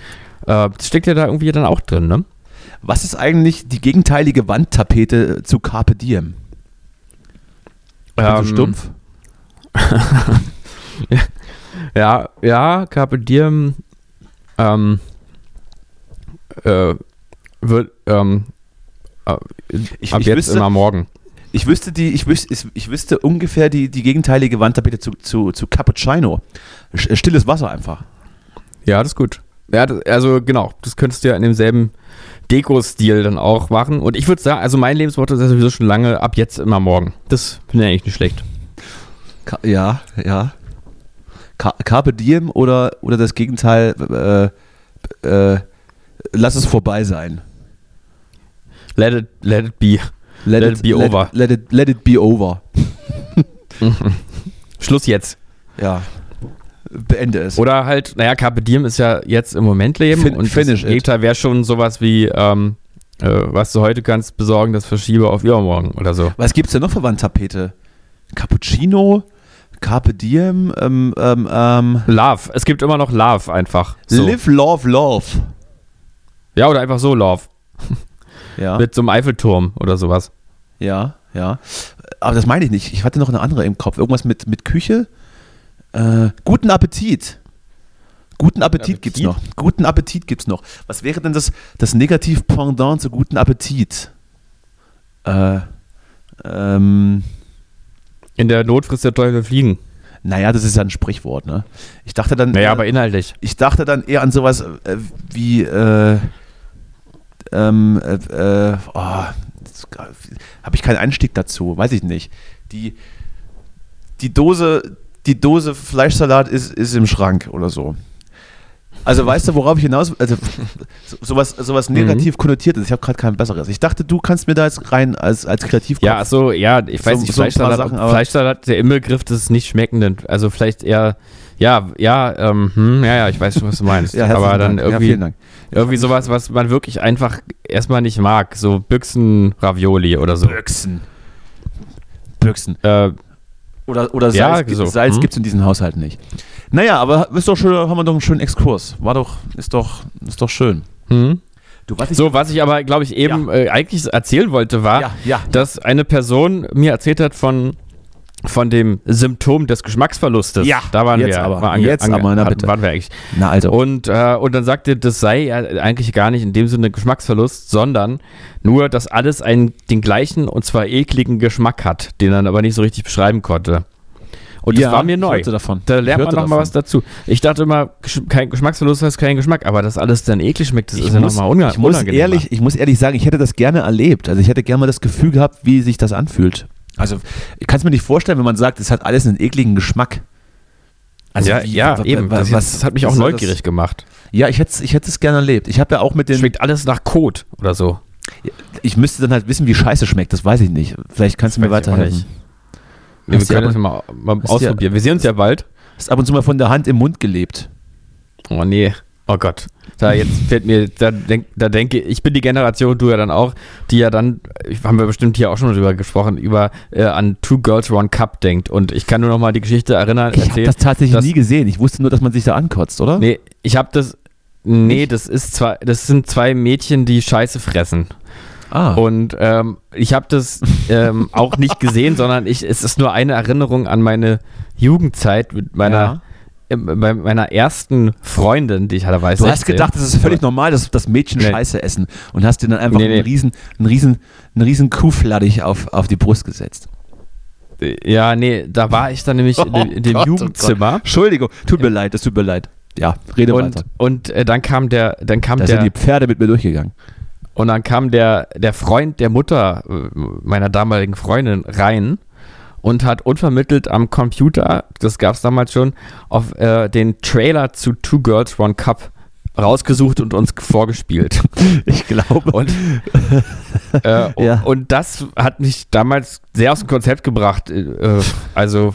S4: Äh, das steckt ja da irgendwie dann auch drin, ne?
S3: Was ist eigentlich die gegenteilige Wandtapete zu Carpe Diem? Also
S4: Ähm,
S3: stumpf?
S4: Ja, ja, Carpe Diem ähm, äh, wird ähm, äh,
S3: Ich-
S4: ab
S3: ich
S4: jetzt
S3: wüsste-
S4: immer morgen.
S3: Ich wüsste die, ich wüsste, ich wüsste ungefähr die, die gegenteilige Wandtapete zu, zu, zu Cappuccino. Sch- Stilles Wasser einfach.
S4: Ja, das ist gut. Ja, das, also genau, das könntest du ja in demselben Deko-Stil dann auch machen. Und ich würde sagen, also mein Lebensmotto ist ja sowieso schon lange, ab jetzt immer morgen. Das finde ich eigentlich nicht schlecht.
S3: Ka- ja, ja. Ka- Carpe diem oder, oder das Gegenteil, äh, äh, lass es vorbei sein.
S4: Let it, let it be.
S3: Let,
S4: Let
S3: it,
S4: it be
S3: let,
S4: over.
S3: Let it, let it be over.
S4: Schluss jetzt.
S3: Ja. Beende es.
S4: Oder halt, naja, Carpe Diem ist ja jetzt im Moment Leben
S3: Fin-
S4: und
S3: finish
S4: das Gegenteil wäre schon sowas wie, ähm, äh, was du heute kannst besorgen, das verschiebe auf übermorgen oder so.
S3: Was gibt's denn noch für Wandtapete? Cappuccino, Carpe Diem, ähm, ähm, ähm,
S4: Love, es gibt immer noch Love einfach. So.
S3: Live, Love, Love.
S4: Ja, oder einfach so Love.
S3: Ja,
S4: Mit so einem Eiffelturm oder sowas.
S3: ja, ja. Aber das meine ich nicht. Ich hatte noch eine andere im Kopf. Irgendwas mit, mit Küche. Äh, guten Appetit. Guten Appetit,
S4: Appetit?
S3: gibt's noch. Guten Appetit gibt's noch. Was wäre denn das, das Negativ-Pendant zu guten Appetit? Äh, ähm,
S4: In der Not frisst der Teufel Fliegen.
S3: naja, das ist ja ein Sprichwort, ne? Ich dachte dann,
S4: Naja,
S3: äh,
S4: aber inhaltlich.
S3: ich dachte dann eher an sowas äh, wie, äh, ähm, äh, äh, oh, habe ich keinen Einstieg dazu, weiß ich nicht. Die, die Dose, die Dose Fleischsalat ist, ist im Schrank oder so. Also weißt du, worauf ich hinaus, also so- sowas, sowas negativ konnotiertes. Ich habe gerade kein besseres. Ich dachte, du kannst mir da jetzt rein als, als Kreativkopf.
S4: Ja, achso, ja, ich weiß
S3: So-
S4: nicht,
S3: so ein paar
S4: Fleischsalat,
S3: Sachen, aber-
S4: Fleischsalat, der Inbegriff des nicht schmeckenden, also vielleicht eher, ja, ja, ähm, hm, ja, ja, ich weiß schon, was du meinst,
S3: Ja, herzlichen
S4: aber dann
S3: Dank. Ja,
S4: irgendwie,
S3: vielen Dank.
S4: irgendwie sowas, was man wirklich einfach erstmal nicht mag, so Büchsen-Ravioli oder so.
S3: Büchsen. Büchsen.
S4: Äh,
S3: Oder, oder
S4: Ja,
S3: Salz,
S4: so.
S3: Salz
S4: Hm.
S3: gibt es in diesen Haushalten nicht. Naja, aber ist doch schön, haben wir doch einen schönen Exkurs. War doch, ist doch, ist doch schön.
S4: hm.
S3: Du, was ich,
S4: So, was ich aber, glaube ich, eben äh, eigentlich erzählen wollte, war,
S3: Ja, ja.
S4: dass eine Person mir erzählt hat von, von dem Symptom des Geschmacksverlustes.
S3: Ja,
S4: da waren
S3: jetzt
S4: wir.
S3: aber.
S4: War
S3: Jetzt aber, na
S4: hatten-
S3: bitte.
S4: waren wir eigentlich.
S3: Na also.
S4: Und, äh, und dann sagte, das sei ja eigentlich gar nicht in dem Sinne Geschmacksverlust, sondern nur, dass alles einen, den gleichen und zwar ekligen Geschmack hat, den er dann aber nicht so richtig beschreiben konnte. Und das
S3: Ja,
S4: war mir
S3: ich
S4: neu.
S3: hörte davon.
S4: Da
S3: Ich
S4: lernt man
S3: hörte
S4: noch mal
S3: davon.
S4: was dazu. Ich dachte immer, Gesch- kein Geschmacksverlust heißt kein Geschmack, aber dass alles dann eklig schmeckt, das
S3: ich
S4: ist ja
S3: muss,
S4: nochmal unga-
S3: ich, muss
S4: unangenehmer.
S3: ehrlich, ich muss ehrlich sagen, ich hätte das gerne erlebt. Also ich hätte gerne mal das Gefühl gehabt, wie sich das anfühlt. Also ich kann es mir nicht vorstellen, wenn man sagt, es hat alles einen ekligen Geschmack. Also
S4: ja,
S3: wie-
S4: ja
S3: wa-
S4: eben.
S3: wa-
S4: Das,
S3: was-
S4: das hat mich
S3: was
S4: auch
S3: soll
S4: neugierig gemacht.
S3: Ja, ich hätte ich hätte es gerne erlebt. Ich habe ja auch mit den,
S4: Schmeckt alles nach Kot oder so.
S3: ich müsste dann halt wissen, wie Scheiße schmeckt. Das weiß ich nicht. Vielleicht kannst du mir
S4: Weiß ich auch
S3: weiterhelfen.
S4: nicht. Wir
S3: Hast du
S4: können
S3: aber-
S4: das mal, mal
S3: hast du
S4: ausprobieren. Wir sehen uns ja bald.
S3: Hast ab und zu mal von der Hand im Mund gelebt.
S4: Oh nee, oh Gott. Da jetzt fällt mir, da, denk, da denke ich, ich bin die Generation, du ja dann auch, die ja dann, ich- haben wir bestimmt hier auch schon drüber gesprochen, über äh, an Two Girls One Cup denkt. Und ich kann nur noch mal die Geschichte erinnern,
S3: Ich habe
S4: erzählen.
S3: das tatsächlich
S4: dass-
S3: nie gesehen. Ich wusste nur, dass man sich da ankotzt, oder?
S4: Nee, ich habe das, nee, das ist zwei, das sind zwei Mädchen, die Scheiße fressen.
S3: Ah.
S4: Und ähm, ich habe das ähm, auch nicht gesehen, sondern ich, es ist nur eine Erinnerung an meine Jugendzeit mit meiner,
S3: Ja.
S4: ähm, bei meiner ersten Freundin, die ich hatte, weiß
S3: Du hast gedacht, es ist völlig normal, dass, dass Mädchen
S4: Nee.
S3: Scheiße essen und hast dir dann einfach
S4: Nee, nee.
S3: einen riesen, einen riesen, einen riesen Kuhflattich auf, auf die Brust gesetzt.
S4: Ja, nee, da war ich dann nämlich in, dem- in dem
S3: Oh Gott, oh
S4: Jugendzimmer.
S3: Gott. Entschuldigung, tut mir leid, es tut mir leid. Ja, rede
S4: Und,
S3: weiter.
S4: und äh, dann kam der, dann kam
S3: Da
S4: der,
S3: sind die Pferde mit mir durchgegangen.
S4: und dann kam der, der Freund der Mutter äh, meiner damaligen Freundin rein und hat unvermittelt am Computer, das gab es damals schon, auf äh, den Trailer zu Two Girls One Cup rausgesucht und uns vorgespielt.
S3: Ich glaube.
S4: Und, äh,
S3: Ja.
S4: und das hat mich damals sehr aus dem Konzept gebracht. Äh, also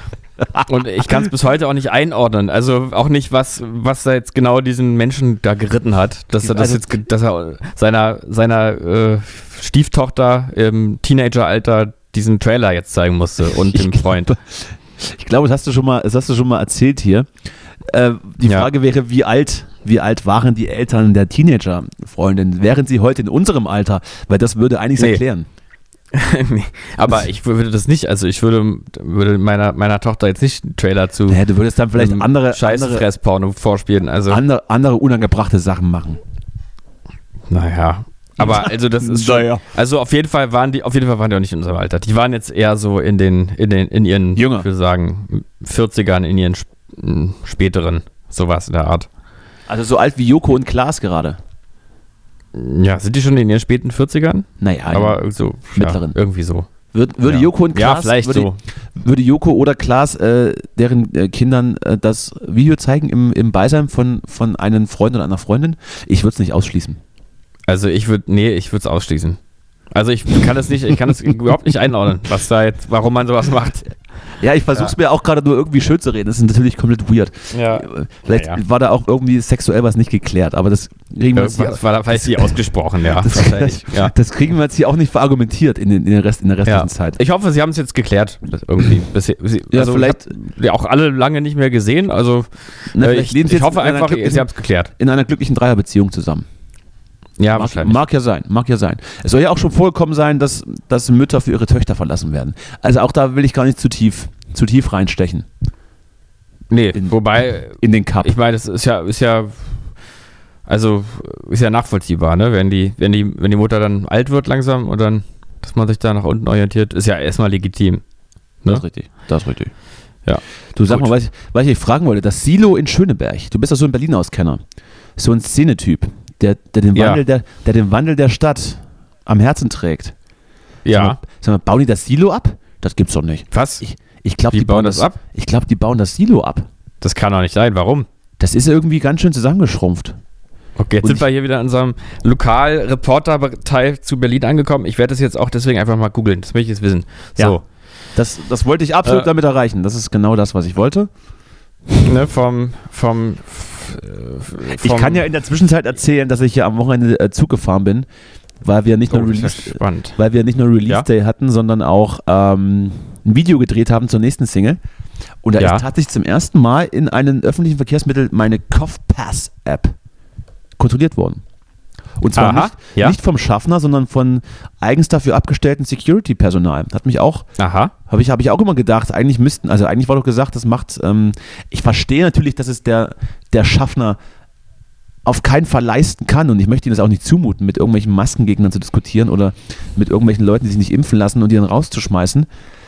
S4: und ich kann es bis heute auch nicht einordnen. Also auch nicht, was, was da jetzt genau diesen Menschen da geritten hat. Dass er das
S3: Also-
S4: jetzt, ge- dass er seiner, seiner äh, Stieftochter im Teenageralter diesen Trailer jetzt zeigen musste und
S3: Ich
S4: dem Freund.
S3: Ich glaube, das hast du schon mal, das hast du schon mal erzählt hier. Äh, die
S4: Ja.
S3: Frage wäre, wie alt, wie alt waren die Eltern der Teenager-Freundin? Wären sie heute in unserem Alter? Weil das würde einiges
S4: Nee.
S3: erklären.
S4: Nee, aber ich würde das nicht, also ich würde, würde meiner, meiner Tochter jetzt nicht einen Trailer zu
S3: Naja, du würdest dann vielleicht
S4: einem
S3: andere, andere,
S4: Scheißfressporno vorspielen. Also,
S3: andere, andere unangebrachte Sachen machen.
S4: naja. Aber also das ist schon,
S3: Naja.
S4: also auf jeden Fall waren die, auf jeden Fall waren die auch nicht in unserem Alter. Die waren jetzt eher so in den, in den, in ihren,
S3: Jünger.
S4: ich würde sagen, vierzigern, in ihren sp- m, späteren, sowas in der Art.
S3: Also so alt wie Joko und Klaas gerade.
S4: Ja, sind die schon in ihren späten vierzigern?
S3: Naja,
S4: aber so
S3: mittleren.
S4: Ja, irgendwie so.
S3: Würde, würde
S4: ja.
S3: Joko und Klaas,
S4: ja, vielleicht
S3: würde,
S4: so.
S3: würde Joko oder Klaas äh, deren äh, Kindern äh, das Video zeigen im, im Beisein von, von einem Freund oder einer Freundin? Ich würde es nicht ausschließen.
S4: Also ich würde, nee, ich würde es ausschließen. Also ich kann es nicht, ich kann es überhaupt nicht einordnen, was da jetzt, warum man sowas macht.
S3: Ja, ich versuche es
S4: ja.
S3: mir auch gerade nur irgendwie schön zu reden. Das ist natürlich komplett weird.
S4: Ja.
S3: Vielleicht
S4: ja, ja.
S3: war da auch irgendwie sexuell was nicht geklärt, aber das kriegen wir jetzt hier,
S4: war da vielleicht nicht ausgesprochen, ja.
S3: Das,
S4: wahrscheinlich. Ja.
S3: Das kriegen wir jetzt hier auch nicht verargumentiert in, den, in, den Rest, in der restlichen
S4: Ja.
S3: Zeit.
S4: Ich hoffe, Sie haben es jetzt geklärt. Irgendwie. Bisher, Sie,
S3: Ja,
S4: also
S3: vielleicht-
S4: Ich hab ja auch alle lange nicht mehr gesehen. Also
S3: Na,
S4: äh,
S3: vielleicht
S4: ich,
S3: leben Sie
S4: ich
S3: jetzt
S4: hoffe
S3: in einer
S4: einfach,
S3: glücklichen-
S4: Sie haben es geklärt.
S3: In einer glücklichen Dreierbeziehung zusammen.
S4: Ja,
S3: Mag,
S4: wahrscheinlich.
S3: mag ja sein, mag ja sein. Es soll ja auch schon vorkommen sein, dass, dass Mütter für ihre Töchter verlassen werden. Also auch da will ich gar nicht zu tief, zu tief reinstechen
S4: Nee,
S3: in-
S4: wobei,
S3: in den Cup.
S4: ich meine, das ist ja, ist ja, also ist ja nachvollziehbar, ne? Wenn die, wenn die, wenn die Mutter dann alt wird langsam und dann, dass man sich da nach unten orientiert, ist ja erstmal legitim. Ne?
S3: Das ist richtig, das ist richtig.
S4: Ja.
S3: Du sag
S4: Gut.
S3: mal, was ich, was ich fragen wollte, das Silo in Schöneberg, du bist doch so ein Berlin-Auskenner, so ein Szenetyp, der, der, den
S4: Ja.
S3: Wandel der, der den Wandel der Stadt am Herzen trägt. Sag
S4: Ja.
S3: mal, sag mal, bauen die das Silo ab? Das gibt's doch nicht.
S4: Was?
S3: Ich, ich glaube,
S4: Die
S3: die,
S4: bauen das ab?
S3: Ich glaube, die bauen das Silo ab.
S4: Das kann doch nicht sein. Warum?
S3: Das ist irgendwie ganz schön zusammengeschrumpft.
S4: Okay, jetzt
S3: Und
S4: sind
S3: ich-
S4: wir hier wieder in unserem Lokalreporter-Teil zu Berlin angekommen. Ich werde das jetzt auch deswegen einfach mal googeln. Das will ich jetzt wissen. So.
S3: Ja. Das, das wollte ich absolut
S4: Äh.
S3: damit erreichen. Das ist genau das, was ich wollte.
S4: Ne, vom, vom, f- äh, vom.
S3: Ich kann ja in der Zwischenzeit erzählen, dass ich hier am Wochenende äh, Zug gefahren bin, weil wir nicht
S4: Oh,
S3: nur
S4: das ist
S3: Release,
S4: spannend.
S3: weil wir nicht nur Release
S4: Ja?
S3: Day hatten, sondern auch ähm, ein Video gedreht haben zur nächsten Single. Und da
S4: Ja.
S3: ist tatsächlich zum ersten Mal in einem öffentlichen Verkehrsmittel meine CoughPass-App kontrolliert worden. Und zwar
S4: Aha,
S3: nicht,
S4: ja.
S3: nicht vom Schaffner, sondern von eigens dafür abgestellten Security-Personal. Hat mich auch,
S4: Aha.
S3: habe ich, hab ich auch immer gedacht, eigentlich müssten, also eigentlich war doch gesagt, das macht, ähm, ich verstehe natürlich, dass es der, der Schaffner auf keinen Fall leisten kann und ich möchte ihm das auch nicht zumuten, mit irgendwelchen Maskengegnern zu diskutieren oder mit irgendwelchen Leuten, die sich nicht impfen lassen und die dann rauszuschmeißen.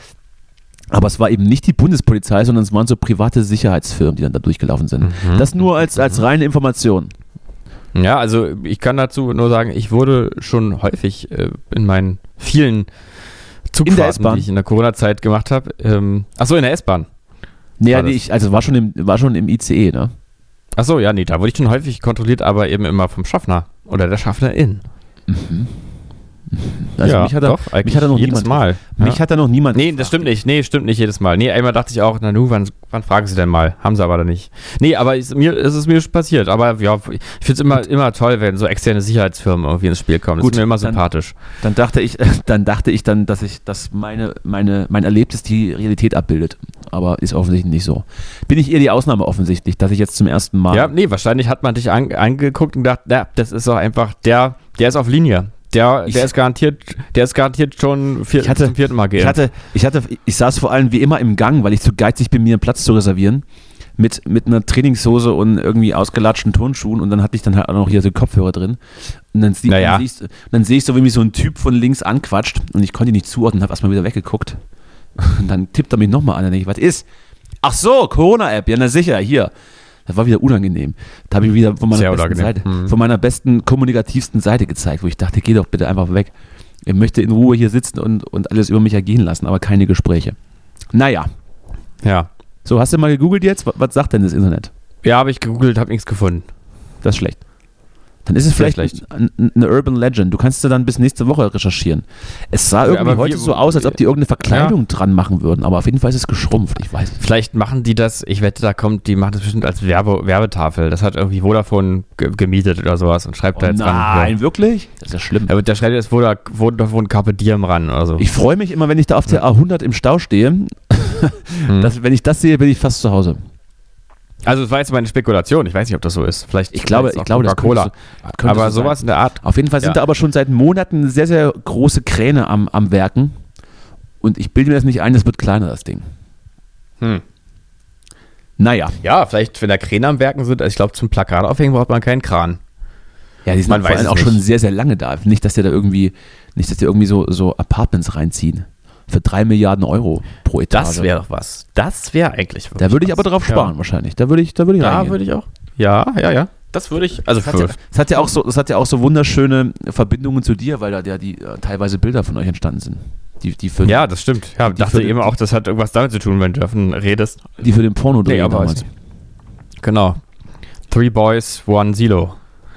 S3: Aber es war eben nicht die Bundespolizei, sondern es waren so private Sicherheitsfirmen, die dann da durchgelaufen sind.
S4: Mhm.
S3: Das nur als, als reine Information.
S4: Ja, also ich kann dazu nur sagen, ich wurde schon häufig äh, in meinen vielen Zugfahrten,
S3: S-Bahn?
S4: die ich in der Corona-Zeit gemacht habe. Ähm, achso, in der S-Bahn.
S3: Nee,
S4: War
S3: nee,
S4: das?
S3: ich, also war schon, im, war schon im I C E, ne?
S4: Achso, ja, nee, da wurde ich schon häufig kontrolliert, aber eben immer vom Schaffner oder der Schaffnerin.
S3: Also
S4: ja,
S3: mich hat er,
S4: doch, eigentlich
S3: mich hat er noch
S4: jedes
S3: niemand.
S4: Mal.
S3: Mich
S4: ja.
S3: hat er noch niemand.
S4: Nee, das stimmt nicht. Nee, stimmt nicht jedes Mal. Nee, einmal dachte ich auch, na nu, wann, wann fragen Sie denn mal? Haben Sie aber dann nicht. Nee, aber ist, mir, ist es mir schon passiert. Aber ja, ich finde es immer, immer toll, wenn so externe Sicherheitsfirmen irgendwie ins Spiel kommen. Das
S3: Gut,
S4: ist mir immer
S3: dann-
S4: sympathisch.
S3: Dann dachte ich, dann dachte ich dann, dass ich, dass meine, meine, mein Erlebtes die Realität abbildet. Aber ist offensichtlich nicht so. Bin ich eher die Ausnahme offensichtlich, dass ich jetzt zum ersten Mal.
S4: Ja, nee, wahrscheinlich hat man dich an, angeguckt und gedacht, ja, das ist doch einfach, der, der ist auf Linie. Der,
S3: Ich-
S4: der ist garantiert, der ist garantiert schon vier,
S3: Ich hatte-
S4: zum vierten Mal
S3: Ich
S4: geimpft.
S3: hatte, ich hatte, ich saß vor allem wie immer im Gang, weil ich zu geizig bin, mir einen Platz zu reservieren. Mit, mit einer Trainingshose und irgendwie ausgelatschten Turnschuhen und dann hatte ich dann halt auch noch hier so Kopfhörer drin. Und dann, sie,
S4: Naja.
S3: dann, sehe ich, dann sehe ich so, wie mich so ein Typ von links anquatscht und ich konnte ihn nicht zuordnen, habe erstmal wieder weggeguckt. Und dann tippt er mich nochmal an und denke ich, was ist? Ach so, Corona-App, ja na sicher, hier. Das war wieder unangenehm. Da habe ich wieder von meiner,
S4: Sehr
S3: besten
S4: unangenehm.
S3: Seite,
S4: Mhm.
S3: von meiner besten, kommunikativsten Seite gezeigt, wo ich dachte, geh doch bitte einfach weg. Ich möchte in Ruhe hier sitzen und, und alles über mich ergehen lassen, aber keine Gespräche. Naja,
S4: Ja.
S3: so, hast du mal gegoogelt jetzt? Was, was sagt denn das Internet?
S4: Ja, habe ich gegoogelt, habe nichts gefunden.
S3: Das ist schlecht. Dann ist es
S4: Sehr
S3: vielleicht
S4: schlecht.
S3: ein- ein- eine Urban Legend. Du kannst ja dann bis nächste Woche recherchieren. Es sah
S4: Ja,
S3: irgendwie
S4: aber
S3: heute
S4: wir-
S3: so aus, als ob die irgendeine Verkleidung dran machen würden, aber auf jeden Fall ist es geschrumpft. Ich weiß nicht.
S4: Vielleicht machen die das, ich wette, da kommt, die machen das bestimmt als Werbe, Werbetafel. Das hat irgendwie Vodafone ge gemietet oder sowas und schreibt da jetzt ran.
S3: nein,
S4: Ja.
S3: wirklich? Das ist ja schlimm.
S4: Ja, da schreibt jetzt Voda- Vodafone Carpe Diem ran oder so.
S3: Ich freue mich immer, wenn ich da auf der A hundert im Stau stehe.
S4: Hm.
S3: Das, wenn ich das sehe, bin ich fast zu Hause.
S4: Also das war jetzt meine Spekulation. Ich weiß nicht, ob das so ist. Vielleicht
S3: Ich glaube,
S4: vielleicht
S3: ich
S4: auch
S3: glaube, das
S4: Coca-Cola.
S3: könnte so- könnte
S4: Aber
S3: so sein.
S4: sowas in der Art.
S3: Auf jeden Fall sind
S4: Ja.
S3: da aber schon seit Monaten sehr, sehr große Kräne am, am Werken. Und ich bilde mir das nicht ein, das wird kleiner, das Ding.
S4: Hm.
S3: Naja.
S4: Ja, vielleicht, wenn da Kräne am Werken sind, also ich glaube, zum Plakat aufhängen braucht man keinen Kran.
S3: Ja, die sind
S4: Man
S3: vor
S4: weiß
S3: allem
S4: es
S3: auch
S4: nicht.
S3: schon sehr, sehr lange da. Nicht, dass der da irgendwie, nicht, dass der irgendwie so, so Apartments reinziehen. Für drei Milliarden Euro pro Etage.
S4: Das wäre doch was. Das wäre eigentlich wirklich
S3: Da würde ich
S4: was.
S3: aber drauf sparen
S4: Ja.
S3: wahrscheinlich. Da würde ich, da würde ich
S4: Da
S3: reingehen.
S4: würde ich auch. Ja, ja, ja. Das würde ich, also
S3: das hat, ja, das, hat ja auch so, das hat ja auch so wunderschöne Verbindungen zu dir, weil da ja die äh, teilweise Bilder von euch entstanden sind. Die, die für,
S4: ja, das stimmt. Ja, ich dachte eben auch, das hat irgendwas damit zu tun, wenn du davon redest.
S3: Die für den Porno-Dreh
S4: nee, damals. Genau. Three Boys, One Silo.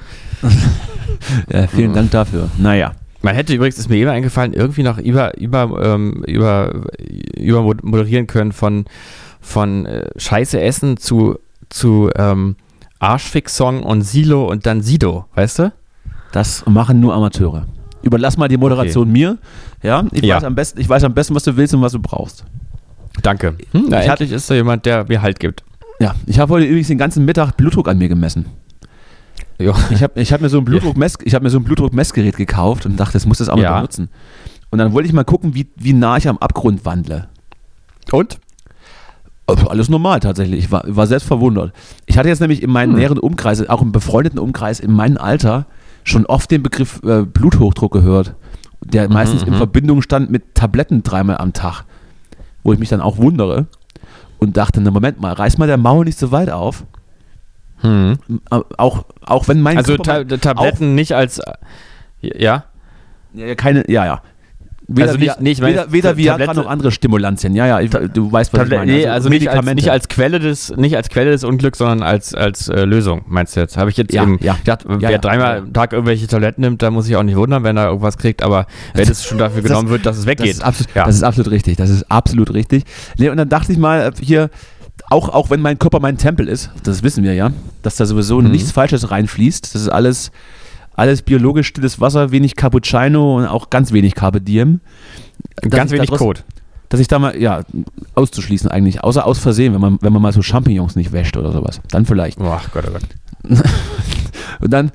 S3: Ja, vielen mhm. Dank dafür. Naja.
S4: Man hätte übrigens, ist mir eben eingefallen, irgendwie noch über, über, ähm, über, über moderieren können von, von äh, Scheiße essen zu, zu ähm, Arschfix-Song und Silo und dann Sido, weißt du?
S3: Das machen nur Amateure. Überlass mal die Moderation okay. mir. Ja, ich, ja. Weiß am besten, ich weiß am besten, was du willst und was du brauchst.
S4: Danke. Hm, na, endlich ist da jemand, der mir Halt gibt.
S3: Ja, ich habe heute übrigens den ganzen Mittag Blutdruck an mir gemessen. Jo. Ich habe ich hab mir so ein Blutdruckmess, ich habe mir so ein Blutdruckmessgerät gekauft und dachte, das muss das auch mal ja. benutzen. Und dann wollte ich mal gucken, wie, wie nah ich am Abgrund wandle.
S4: Und?
S3: Alles normal tatsächlich. Ich war, war selbst verwundert. Ich hatte jetzt nämlich in meinem hm. näheren Umkreis, auch im befreundeten Umkreis, in meinem Alter, schon oft den Begriff äh, Bluthochdruck gehört, der mhm, meistens in mhm. Verbindung stand mit Tabletten dreimal am Tag, wo ich mich dann auch wundere und dachte, na Moment mal, reiß mal der Maul nicht so weit auf.
S4: Hm.
S3: Auch, auch wenn mein
S4: Also ta- Tabletten auch, nicht als, ja?
S3: Ja, keine, ja, ja. Weder,
S4: also nicht, nicht
S3: weder, weder Viagra noch andere Stimulantien. Ja, ja, ich, du weißt, was
S4: Tablet-
S3: ich meine.
S4: Nee, also, also nicht, als, nicht, als Quelle des, nicht als Quelle des Unglücks, sondern als, als äh, Lösung, meinst du jetzt? Habe ich jetzt
S3: ja,
S4: eben
S3: ja.
S4: gedacht,
S3: ja,
S4: wer
S3: ja,
S4: dreimal
S3: ja.
S4: am Tag irgendwelche Tabletten nimmt, da muss ich auch nicht wundern, wenn er irgendwas kriegt, aber wenn es schon dafür genommen das, wird, dass es weggeht.
S3: Das ist, absolut, ja. das ist absolut richtig, das ist absolut richtig. Nee, und dann dachte ich mal, hier, auch, auch wenn mein Körper mein Tempel ist, das wissen wir ja, dass da sowieso mhm. nichts Falsches reinfließt, das ist alles, alles biologisch stilles Wasser, wenig Cappuccino und auch ganz wenig Carpe Diem.
S4: Ganz wenig
S3: daraus,
S4: Kot.
S3: Dass ich da mal, ja, auszuschließen eigentlich, außer aus Versehen, wenn man, wenn man mal so Champignons nicht wäscht oder sowas. Dann vielleicht.
S4: Ach Gott, oh Gott.
S3: Und dann,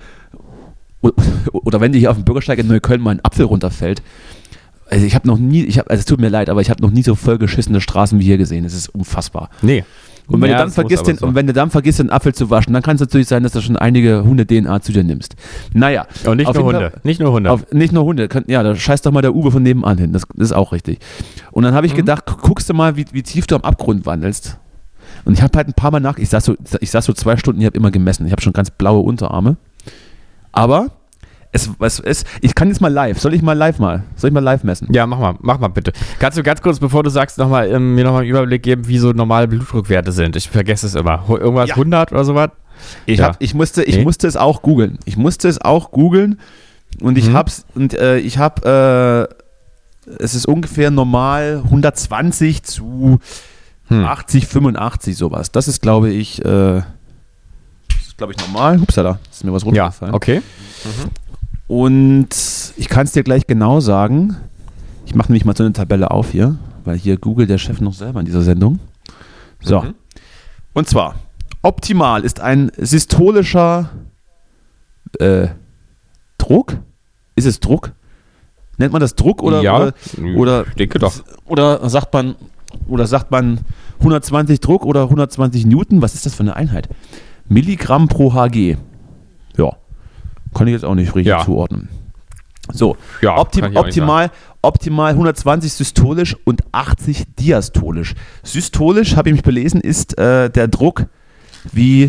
S3: oder wenn dir hier auf dem Bürgersteig in Neukölln mal ein Apfel runterfällt. Also ich habe noch nie, ich habe, also es tut mir leid, aber ich habe noch nie so vollgeschissene Straßen wie hier gesehen. Es ist unfassbar.
S4: Nee.
S3: Und wenn, ja, du dann vergisst den, so. und wenn du dann vergisst, den Apfel zu waschen, dann kann es natürlich sein, dass du schon einige Hunde-D N A zu dir nimmst. Naja.
S4: Und nicht nur Hunde.
S3: Fall,
S4: nicht nur Hunde.
S3: Auf, nicht nur Hunde. Ja, da scheißt doch mal der Uwe von nebenan hin. Das, das ist auch richtig. Und dann habe ich mhm. gedacht, guckst du mal, wie, wie tief du am Abgrund wandelst. Und ich habe halt ein paar Mal nach, ich saß so, ich saß so zwei Stunden, ich habe immer gemessen. Ich habe schon ganz blaue Unterarme. Aber es, es, es, ich kann jetzt mal live. Soll ich mal live mal? Soll ich mal live messen?
S4: Ja, mach mal, mach mal bitte. Kannst du ganz kurz, bevor du sagst, noch mal, ähm, mir nochmal einen Überblick geben, wie so normale Blutdruckwerte sind? Ich vergesse es immer. Irgendwas ja. hundert oder sowas?
S3: Ich, ja. hab, ich, musste, ich nee. musste es auch googeln. Ich musste es auch googeln und ich mhm. hab's und äh, ich hab äh, es ist ungefähr normal hundertzwanzig zu hm. achtzig, fünfundachtzig sowas. Das ist, glaube ich, äh, das ist, glaube ich, normal. Hupsala, ist mir was runtergefallen.
S4: Ja, okay. Mhm.
S3: Und ich kann es dir gleich genau sagen. Ich mache nämlich mal so eine Tabelle auf hier, weil hier googelt der Chef noch selber in dieser Sendung. So. Mhm. Und zwar, optimal ist ein systolischer äh, Druck. Ist es Druck? Nennt man das Druck oder?
S4: Ja,
S3: oder, oder,
S4: ich denke doch.
S3: Oder sagt man, oder sagt man hundertzwanzig Druck oder hundertzwanzig Newton? Was ist das für eine Einheit? Milligramm pro Hg. Ja. Kann ich jetzt auch nicht richtig ja. zuordnen. So,
S4: ja,
S3: Optim, optimal, optimal hundertzwanzig systolisch und achtzig diastolisch. Systolisch, habe ich mich belesen, ist äh, der Druck, wie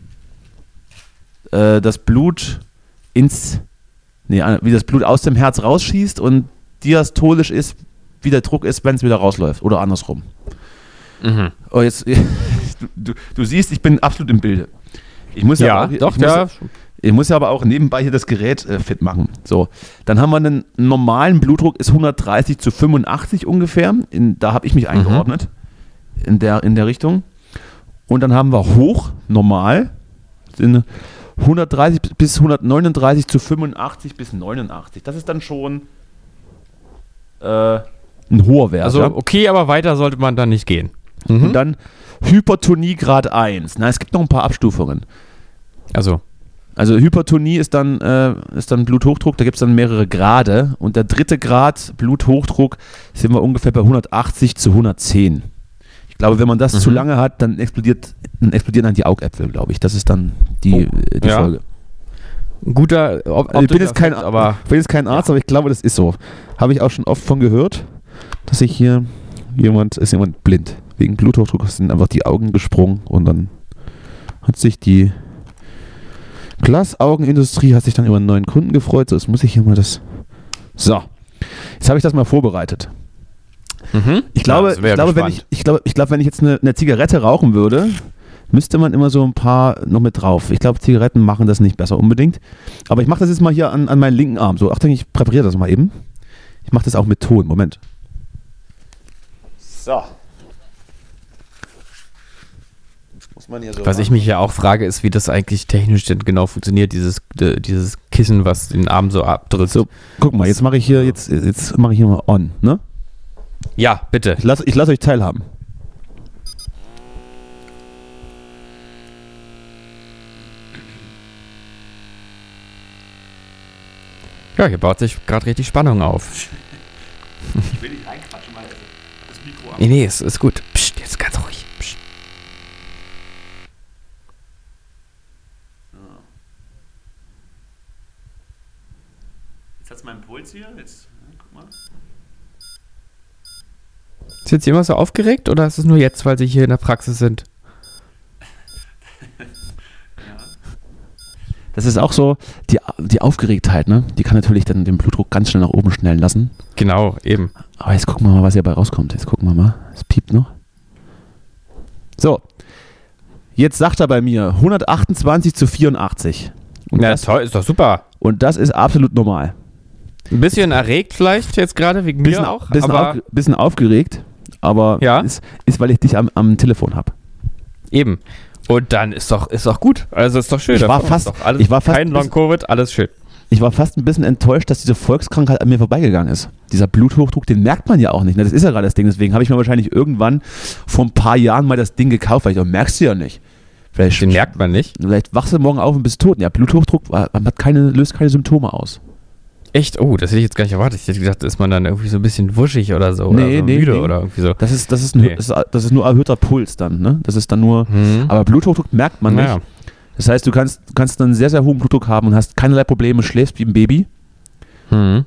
S3: äh, das Blut ins, nee, wie das Blut aus dem Herz rausschießt, und diastolisch ist, wie der Druck ist, wenn es wieder rausläuft oder andersrum.
S4: Mhm.
S3: Oh, jetzt, du, du siehst, ich bin absolut im Bilde. Ich muss ja,
S4: ja
S3: auch, ich
S4: doch,
S3: muss,
S4: ja.
S3: Ich muss ja aber auch nebenbei hier das Gerät äh, fit machen. So, dann haben wir einen normalen Blutdruck, ist hundertdreißig zu fünfundachtzig ungefähr. In, da habe ich mich eingeordnet, mhm. in, der, in der Richtung. Und dann haben wir hoch, normal, sind hundertdreißig bis hundertneununddreißig zu fünfundachtzig bis neunundachtzig. Das ist dann schon äh, ein hoher Wert.
S4: Also
S3: ja?
S4: okay, aber weiter sollte man dann nicht gehen.
S3: Mhm. Und dann Hypertonie Grad eins. Na, es gibt noch ein paar Abstufungen.
S4: Also
S3: Also Hypertonie ist dann, äh, ist dann Bluthochdruck, da gibt es dann mehrere Grade. Und der dritte Grad Bluthochdruck sind wir ungefähr bei hundertachtzig zu hundertzehn. Ich glaube, wenn man das mhm. zu lange hat, dann explodiert, dann explodieren dann die Augäpfel, glaube ich. Das ist dann die, oh, die ja. Folge.
S4: Ein guter
S3: Ob- also ich, bin jetzt kein, aber ich bin jetzt kein Arzt, ja. aber ich glaube, das ist so. Habe ich auch schon oft von gehört, dass sich hier jemand, ist jemand blind. Wegen Bluthochdruck sind einfach die Augen gesprungen und dann hat sich die Glasaugenindustrie hat sich dann über einen neuen Kunden gefreut. So, jetzt muss ich hier mal das... So, jetzt habe ich das mal vorbereitet.
S4: Mhm.
S3: Ich glaube,
S4: ja,
S3: ich, glaube wenn ich, ich, glaube, ich glaube, wenn ich jetzt eine, eine Zigarette rauchen würde, müsste man immer so ein paar noch mit drauf. Ich glaube, Zigaretten machen das nicht besser unbedingt. Aber ich mache das jetzt mal hier an, an meinen linken Arm. So, Achtung, ich präpariere das mal eben. Ich mache das auch mit Ton. Moment. So. Muss man hier so
S4: Was machen. Ich mich ja auch frage, ist, wie das eigentlich technisch denn genau funktioniert, dieses, äh, dieses Kissen, was den Arm so abdrückt.
S3: So, guck mal, jetzt mache ich hier, jetzt, jetzt mache ich hier mal on, ne?
S4: Ja, bitte.
S3: Ich lasse ich lass euch teilhaben.
S4: Ja, hier baut sich gerade richtig Spannung auf.
S3: Ich will nicht reinquatschen, weil das Mikro ab.
S4: Nee, nee, es ist gut. Psst, jetzt ganz ruhig. Psst.
S3: So. Jetzt hat es meinen Puls hier. Jetzt, ja, guck mal.
S4: Ist jetzt immer so aufgeregt oder ist es nur jetzt, weil Sie hier in der Praxis sind?
S3: Das ist auch so, die, die Aufgeregtheit, ne? Die kann natürlich dann den Blutdruck ganz schnell nach oben schnellen lassen.
S4: Genau, eben.
S3: Aber jetzt gucken wir mal, was hier dabei rauskommt. Jetzt gucken wir mal. Es piept noch. So. Jetzt sagt er bei mir hundertachtundzwanzig zu vierundachtzig. Und
S4: Na
S3: das,
S4: toll, ist doch super.
S3: und das ist absolut normal.
S4: Ein bisschen erregt vielleicht jetzt gerade, wegen
S3: Bisschen,
S4: mir auch.
S3: bisschen,
S4: aber
S3: auf, bisschen aufgeregt, aber
S4: Ja.
S3: ist, ist, weil ich dich am, am Telefon habe.
S4: eben. Und dann ist doch, ist doch gut. Also ist doch schön.
S3: Ich war
S4: Davon
S3: fast-
S4: ist doch alles,
S3: ich war fast
S4: kein
S3: ein bisschen-
S4: Long-Covid, alles schön.
S3: Ich war fast ein bisschen enttäuscht, dass diese Volkskrankheit an mir vorbeigegangen ist. Dieser Bluthochdruck, den merkt man ja auch nicht. Ne? Das ist ja gerade das Ding. Deswegen habe ich mir wahrscheinlich irgendwann vor ein paar Jahren mal das Ding gekauft, weil ich auch merkst du ja nicht. Vielleicht,
S4: Den merkt man nicht.
S3: vielleicht wachst du morgen auf und bist tot. Ja, Bluthochdruck man hat keine, löst keine Symptome aus.
S4: Echt? Oh, das hätte ich jetzt gar nicht erwartet. Ich hätte gedacht, ist man dann irgendwie so ein bisschen wuschig oder so.
S3: Nee,
S4: oder so
S3: nee,
S4: müde
S3: nee.
S4: oder irgendwie so.
S3: Das ist, das ist,
S4: Nee.
S3: ein, das ist, das ist nur erhöhter Puls dann. Ne? Das ist dann nur.
S4: Mhm.
S3: Aber Bluthochdruck merkt man
S4: Naja.
S3: nicht. Das heißt, du kannst, du kannst dann einen sehr, sehr hohen Blutdruck haben und hast keinerlei Probleme, schläfst wie ein Baby.
S4: Mhm.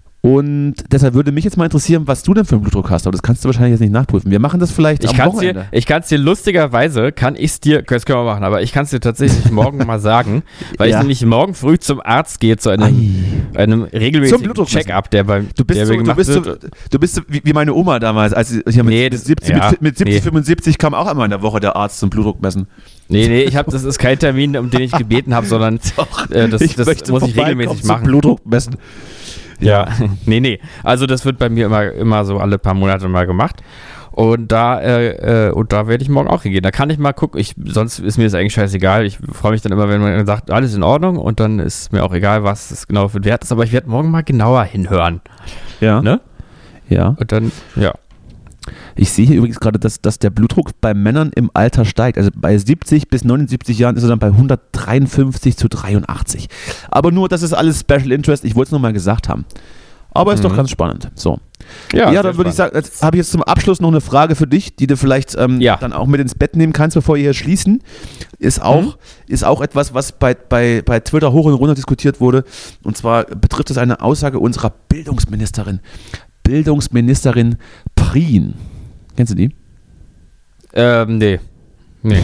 S3: Und deshalb würde mich jetzt mal interessieren, was du denn für einen Blutdruck hast. Aber das kannst du wahrscheinlich jetzt nicht nachprüfen. Wir machen das vielleicht
S4: Ich
S3: am
S4: kann es
S3: Wochenende.
S4: dir, ich kann's dir lustigerweise, kann ich es dir, das können wir machen, aber ich kann es dir tatsächlich morgen mal sagen, weil
S3: Ja.
S4: ich nämlich morgen früh zum Arzt gehe, zu einem,
S3: Ei.
S4: einem
S3: Zum
S4: regelmäßigen
S3: Blutdruckmessen.
S4: Check-up, der bei
S3: Du bist,
S4: der
S3: so,
S4: mir
S3: du,
S4: gemacht
S3: bist so,
S4: wird.
S3: du bist so wie, wie meine Oma damals, als sie hier mit,
S4: Nee,
S3: mit,
S4: das-
S3: siebzig,
S4: ja,
S3: mit, mit siebzig,
S4: nee.
S3: fünfundsiebzig kam auch einmal in der Woche der Arzt zum Blutdruck messen.
S4: Nee, nee, ich hab, das ist kein Termin, um den ich gebeten habe, sondern
S3: Doch,
S4: äh, das,
S3: ich
S4: das
S3: möchte
S4: muss ich
S3: vorbeikommen
S4: regelmäßig
S3: zum
S4: machen.
S3: Blutdruck messen.
S4: Ja, nee, nee. Also das wird bei mir immer, immer so alle paar Monate mal gemacht. Und da, äh, äh, und da werde ich morgen auch hingehen. Da kann ich mal gucken. Ich, sonst ist mir das eigentlich scheißegal. Ich freue mich dann immer, wenn man sagt, alles in Ordnung. Und dann ist mir auch egal, was es genau für ein Wert ist. Aber ich werde morgen mal genauer hinhören.
S3: Ja.
S4: Ne?
S3: Ja.
S4: Und dann, ja.
S3: Ich sehe hier übrigens gerade, dass, dass der Blutdruck bei Männern im Alter steigt. Also bei siebzig bis neunundsiebzig Jahren ist er dann bei hundertdreiundfünfzig zu dreiundachtzig. Aber nur, das ist alles Special Interest. Ich wollte es nur mal gesagt haben. Aber ist
S4: Mhm.
S3: doch ganz spannend. So.
S4: Ja,
S3: Ja, dann würde ich sagen, jetzt habe ich jetzt zum Abschluss noch eine Frage für dich, die du vielleicht ähm,
S4: Ja.
S3: dann auch mit ins Bett nehmen kannst, bevor wir hier schließen. Ist auch,
S4: Mhm.
S3: ist auch etwas, was bei, bei, bei Twitter hoch und runter diskutiert wurde. Und zwar betrifft es eine Aussage unserer Bildungsministerin. Bildungsministerin Prien. Kennst du die?
S4: Ähm, nee. Nee.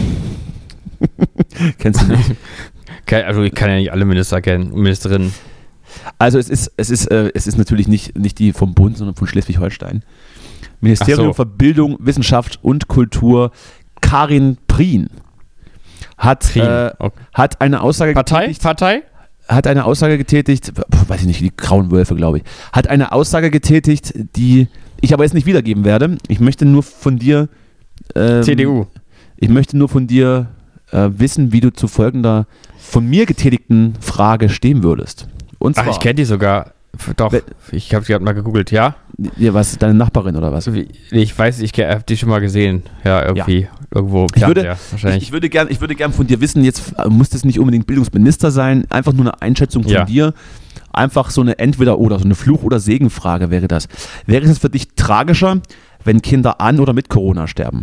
S3: Kennst du nicht?
S4: Kein- Also ich kann ja nicht alle Minister kennen, Ministerinnen.
S3: Also es ist, es ist, äh, es ist natürlich nicht, nicht die vom Bund, sondern von Schleswig-Holstein. Ministerium
S4: Ach so.
S3: für Bildung, Wissenschaft und Kultur, Karin Prien, hat,
S4: Prien,
S3: äh,
S4: okay.
S3: hat eine Aussage
S4: Partei?
S3: getätigt,
S4: Partei?
S3: hat eine Aussage getätigt, pf, weiß ich nicht, die grauen Wölfe, glaube ich, hat eine Aussage getätigt, die ich aber jetzt nicht wiedergeben werde. Ich möchte nur von dir ähm,
S4: C D U.
S3: Ich möchte nur von dir äh, wissen, wie du zu folgender von mir getätigten Frage stehen würdest. Und zwar,
S4: Ach, ich kenne die sogar. F- Doch,
S3: We-
S4: ich habe sie gerade mal gegoogelt, ja?
S3: ja, was, deine Nachbarin oder was?
S4: Wie- Ich weiß, ich habe die schon mal gesehen. Ja, irgendwie. Irgendwo.
S3: Ich
S4: Ja,
S3: würde,
S4: ja,
S3: ich,
S4: wahrscheinlich.
S3: ich würde gern, ich würde gern von dir wissen, jetzt äh, muss das nicht unbedingt Bildungsminister sein, einfach nur eine Einschätzung von
S4: Ja.
S3: dir. Einfach so eine Entweder-Oder, so eine Fluch- oder Segenfrage wäre das. Wäre es für dich tragischer, wenn Kinder an oder mit Corona sterben?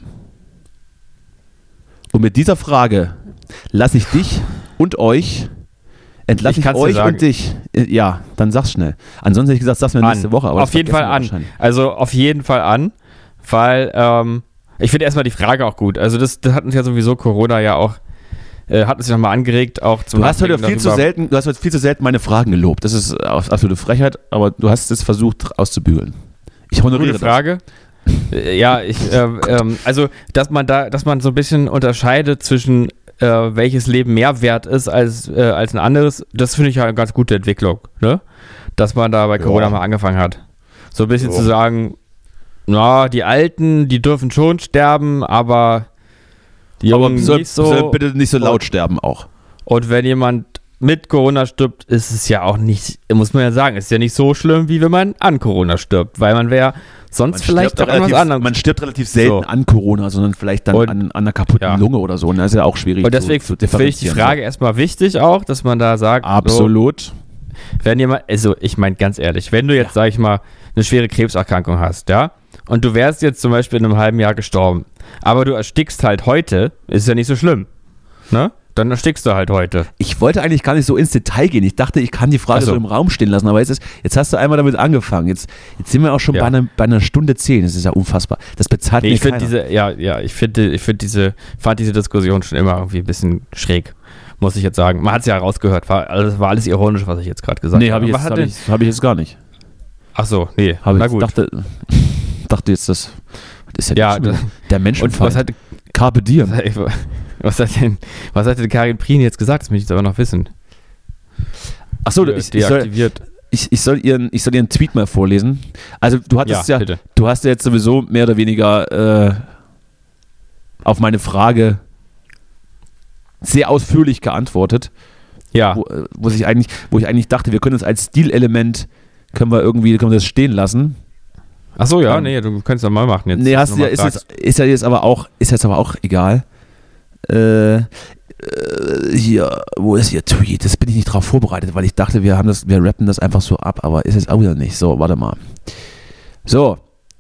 S3: Und mit dieser Frage lasse ich dich und euch, entlasse
S4: Ich
S3: ich,
S4: kann's dir
S3: euch
S4: sagen.
S3: und dich. Äh, Ja, dann sag's schnell. Ansonsten hätte ich gesagt, sag's mir nächste
S4: An.
S3: Woche. Aber
S4: auf
S3: das
S4: jeden Fall
S3: vergessen wir
S4: an.
S3: wahrscheinlich.
S4: Also auf jeden Fall an, weil ähm, ich finde erstmal die Frage auch gut. Also das, das hat uns ja sowieso Corona ja auch äh, hat uns nochmal angeregt, auch zum
S3: Du hast heute viel
S4: Nachdenken
S3: zu
S4: darüber.
S3: selten, du hast heute viel zu selten meine Fragen gelobt. Das ist absolute Frechheit, aber du hast es versucht auszubügeln. Ich honoriere
S4: Gute Frage. Äh, Ja, ich, äh, ähm, also, dass man da, dass man so ein bisschen unterscheidet zwischen äh, welches Leben mehr wert ist als, äh, als ein anderes, das finde ich ja eine ganz gute Entwicklung, ne? Dass man da bei Corona
S3: Ja.
S4: mal angefangen hat. So ein bisschen
S3: Ja.
S4: zu sagen, na, die Alten, die dürfen schon sterben, aber die
S3: das. Aber
S4: Jungen
S3: soll,
S4: nicht so.
S3: soll bitte nicht so laut sterben auch.
S4: Und wenn jemand mit Corona stirbt, ist es ja auch nicht, muss man ja sagen, ist ja nicht so schlimm, wie wenn man an Corona stirbt, weil man wäre sonst
S3: Man
S4: vielleicht
S3: stirbt
S4: auch irgendwas
S3: relativ,
S4: anderes.
S3: man stirbt relativ selten
S4: So.
S3: an Corona, sondern vielleicht dann
S4: Und-
S3: an, an einer kaputten
S4: ja.
S3: Lunge oder so. Und das ist ja auch schwierig
S4: Und deswegen
S3: zu, zu
S4: finde ich die
S3: differenzieren.
S4: Frage erstmal wichtig auch, dass man da sagt,
S3: Absolut.
S4: so, wenn jemand, also ich meine ganz ehrlich, wenn du jetzt, sag ich mal, eine schwere Krebserkrankung hast, ja, und du wärst jetzt zum Beispiel in einem halben Jahr gestorben, aber du erstickst halt heute, ist ja nicht so schlimm, ne? Dann erstickst du halt heute.
S3: Ich wollte eigentlich gar nicht so ins Detail gehen. Ich dachte, ich kann die Frage
S4: Ach so.
S3: so im Raum stehen lassen, aber jetzt, ist, jetzt hast du einmal damit angefangen. Jetzt, jetzt sind wir auch schon
S4: Ja.
S3: bei, einer, bei einer Stunde zehn. Das ist ja unfassbar. Das bezahlt
S4: Nee,
S3: mir
S4: ich finde
S3: keiner.
S4: diese, ja, ja, ich finde, ich finde diese, fand diese Diskussion schon immer irgendwie ein bisschen schräg, muss ich jetzt sagen. Man hat es ja rausgehört, war, also, war alles ironisch, was ich jetzt gerade gesagt
S3: Nee, habe ich,
S4: Aber
S3: jetzt-
S4: was
S3: hab
S4: hat
S3: ich, hab ich jetzt gar nicht.
S4: Ach so, nee,
S3: Hab
S4: na
S3: ich
S4: gut.
S3: dachte, dachte jetzt, das, das ist ja,
S4: Ja,
S3: nicht
S4: das-
S3: schon der
S4: Und
S3: Menschenfeind.
S4: was hat,
S3: Carpe diem.
S4: was hat denn, was hat denn Karin Prien jetzt gesagt? Das möchte ich jetzt aber noch wissen.
S3: Achso,
S4: De-
S3: ich, ich, soll,
S4: deaktiviert.
S3: ich, ich, soll ihren, ich soll ihren Tweet mal vorlesen. Also du hattest ja,
S4: bitte.
S3: du hast ja jetzt sowieso mehr oder weniger äh, auf meine Frage sehr ausführlich geantwortet.
S4: Ja,
S3: Wo, äh, wo, ich eigentlich, wo ich eigentlich dachte, wir können es als Stilelement, können wir irgendwie, können wir das stehen lassen.
S4: ach so, ja,
S3: Ähm,
S4: nee, du kannst das mal machen jetzt.
S3: Nee,
S4: dass
S3: hast
S4: du
S3: ja,
S4: mal
S3: ist,
S4: fragst.
S3: jetzt, ist ja jetzt aber auch, ist jetzt aber auch egal. Äh, äh, hier, wo ist Ihr Tweet? Das bin ich nicht drauf vorbereitet, weil ich dachte, wir haben das, wir rappen das einfach so ab, aber ist jetzt auch wieder nicht. So, warte mal. So.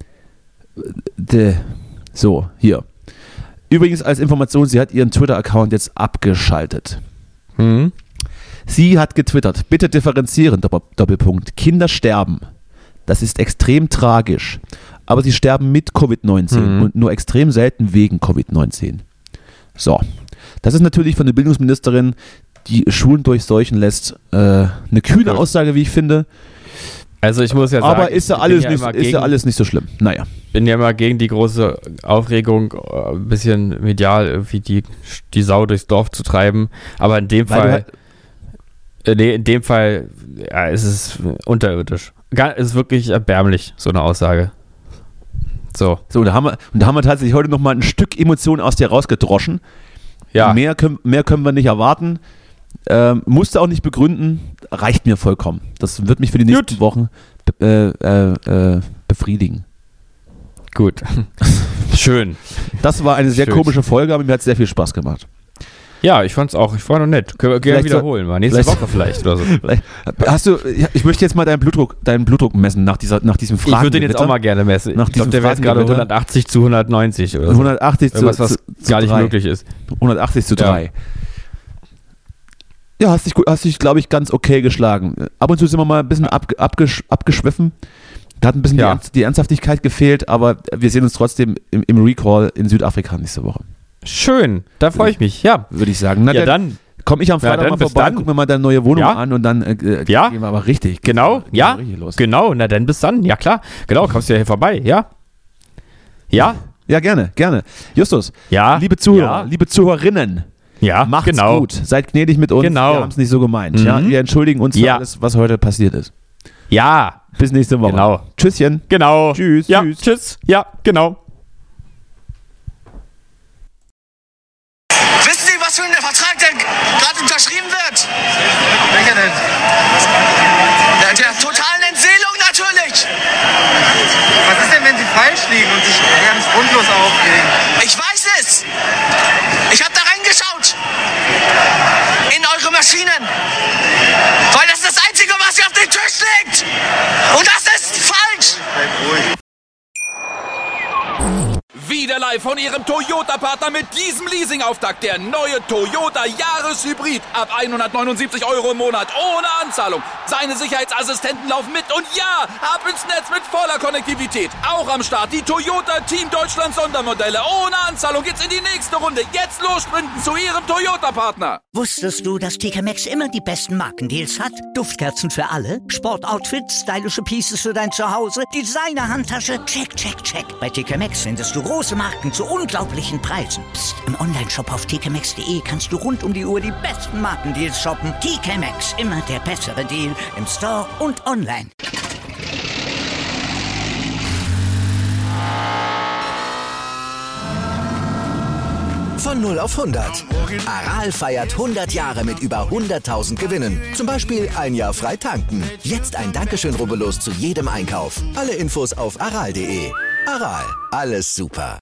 S3: De, so, hier. Übrigens als Information, sie hat ihren Twitter-Account jetzt abgeschaltet.
S4: Mhm.
S3: Sie hat getwittert, bitte differenzieren, Doppel- Doppelpunkt, Kinder sterben. Das ist extrem tragisch. Aber sie sterben mit Covid neunzehn
S4: Mhm.
S3: und nur extrem selten wegen Covid neunzehn. So, das ist natürlich von der Bildungsministerin, die Schulen durchseuchen lässt, äh, eine kühne
S4: Gut.
S3: Aussage, wie ich finde.
S4: Also ich muss ja sagen,
S3: Aber ist ja,
S4: ich
S3: alles
S4: bin, ja
S3: nicht,
S4: immer
S3: ist
S4: gegen,
S3: ja alles nicht so schlimm. Naja.
S4: bin ja immer gegen die große Aufregung, äh, ein bisschen medial irgendwie die, die Sau durchs Dorf zu treiben. Aber in dem
S3: Weil du
S4: Fall,
S3: halt-
S4: äh, nee, in dem Fall ja, ist es unterirdisch. Gar, ist wirklich erbärmlich, so eine Aussage. So,
S3: So, und da haben wir, und da haben wir tatsächlich heute nochmal ein Stück Emotion aus dir rausgedroschen.
S4: ja.
S3: Mehr, können, mehr können wir nicht erwarten. Ähm, musste auch nicht begründen. Reicht mir vollkommen. Das wird mich für die nächsten
S4: Gut.
S3: Wochen be äh, äh, äh, befriedigen.
S4: Gut. Schön.
S3: Das war eine sehr
S4: Schön.
S3: komische Folge, aber mir hat sehr viel Spaß gemacht.
S4: Ja, ich fand's auch, ich fand noch nett. Können wir gerne
S3: Vielleicht so-
S4: wiederholen, mal nächste
S3: vielleicht-
S4: Woche vielleicht oder so.
S3: Hast du, ja, ich möchte jetzt mal deinen Blutdruck, deinen Blutdruck messen nach, dieser, nach diesem
S4: Ich würde den jetzt auch
S3: Fragengewitter.
S4: mal gerne messen.
S3: Nach
S4: Ich glaube,
S3: diesem
S4: der wäre jetzt gerade
S3: Fragengewitter.
S4: hundertachtzig zu hundertneunzig oder so.
S3: hundertachtzig zu,
S4: Irgendwas, was
S3: zu, zu
S4: gar nicht
S3: drei.
S4: möglich ist.
S3: hundertachtzig zu
S4: Ja.
S3: drei. Ja, hast dich, gut- hast dich glaube ich, ganz okay geschlagen. Ab und zu sind wir mal ein bisschen ab, abgesch, abgeschwiffen. Da hat ein bisschen
S4: Ja.
S3: die, Ernst, die Ernsthaftigkeit gefehlt, aber wir sehen uns trotzdem im, im Recall in Südafrika nächste Woche,
S4: Schön, da freue ich mich. Ja,
S3: würde ich sagen. Na,
S4: ja
S3: dann
S4: dann.
S3: komme ich am
S4: Ja,
S3: Freitag
S4: dann
S3: mal
S4: bis
S3: vorbei,
S4: dann.
S3: gucken wir mal deine neue Wohnung
S4: Ja.
S3: an und dann äh,
S4: Ja.
S3: gehen wir aber richtig.
S4: Genau,
S3: gehen wir
S4: ja,
S3: richtig los.
S4: genau, na dann bis dann. Ja klar, genau, kommst du ja hier vorbei, ja? Ja?
S3: Ja, gerne, gerne. Justus,
S4: Ja.
S3: liebe Zuhörer,
S4: Ja,
S3: liebe Zuhörerinnen,
S4: ja
S3: macht's
S4: genau.
S3: gut. Seid gnädig mit uns.
S4: Genau.
S3: Wir haben es nicht so gemeint.
S4: Mhm.
S3: Ja? Wir entschuldigen uns für
S4: Ja.
S3: alles, was heute passiert ist.
S4: Ja,
S3: Bis nächste Woche.
S4: Genau.
S3: Tschüsschen.
S4: genau.
S3: Tschüss,
S4: Ja,
S3: tschüss.
S4: tschüss. Ja, genau.
S5: Wissen Sie, was für ein Vertrag der gerade unterschrieben wird?
S6: Welcher denn?
S5: Der, der totalen Entseelung natürlich.
S6: Was ist denn, wenn Sie falsch liegen und sich ganz grundlos aufregen?
S5: Ich weiß es. Ich habe da reingeschaut. In eure Maschinen. Weil das ist das Einzige, was hier auf dem Tisch liegt. Und das ist falsch.
S6: Bleib ruhig.
S7: Wieder live live von Ihrem Toyota-Partner mit diesem Leasing-Auftakt. Der neue Toyota Jahreshybrid. Ab hundertneunundsiebzig Euro im Monat. Ohne Anzahlung. Seine Sicherheitsassistenten laufen mit. Und ja, ab ins Netz mit voller Konnektivität. Auch am Start die Toyota Team Deutschland Sondermodelle. Ohne Anzahlung geht's in die nächste Runde. Jetzt los sprinten zu Ihrem Toyota-Partner.
S1: Wusstest du, dass T K Maxx immer die besten Markendeals hat? Duftkerzen für alle, Sportoutfits, stylische Pieces für dein Zuhause, Designer-Handtasche, check, check, check. Bei T K Maxx findest du große Marken zu unglaublichen Preisen. Psst. Im Onlineshop auf t k maxx punkt d e kannst du rund um die Uhr die besten Markendeals shoppen. T K Maxx, immer der bessere Deal im Store und online.
S2: Von null auf hundert. Aral feiert hundert Jahre mit über hunderttausend Gewinnen. Zum Beispiel ein Jahr frei tanken. Jetzt ein Dankeschön, rubbellos zu jedem Einkauf. Alle Infos auf aral punkt de. Aral, alles super.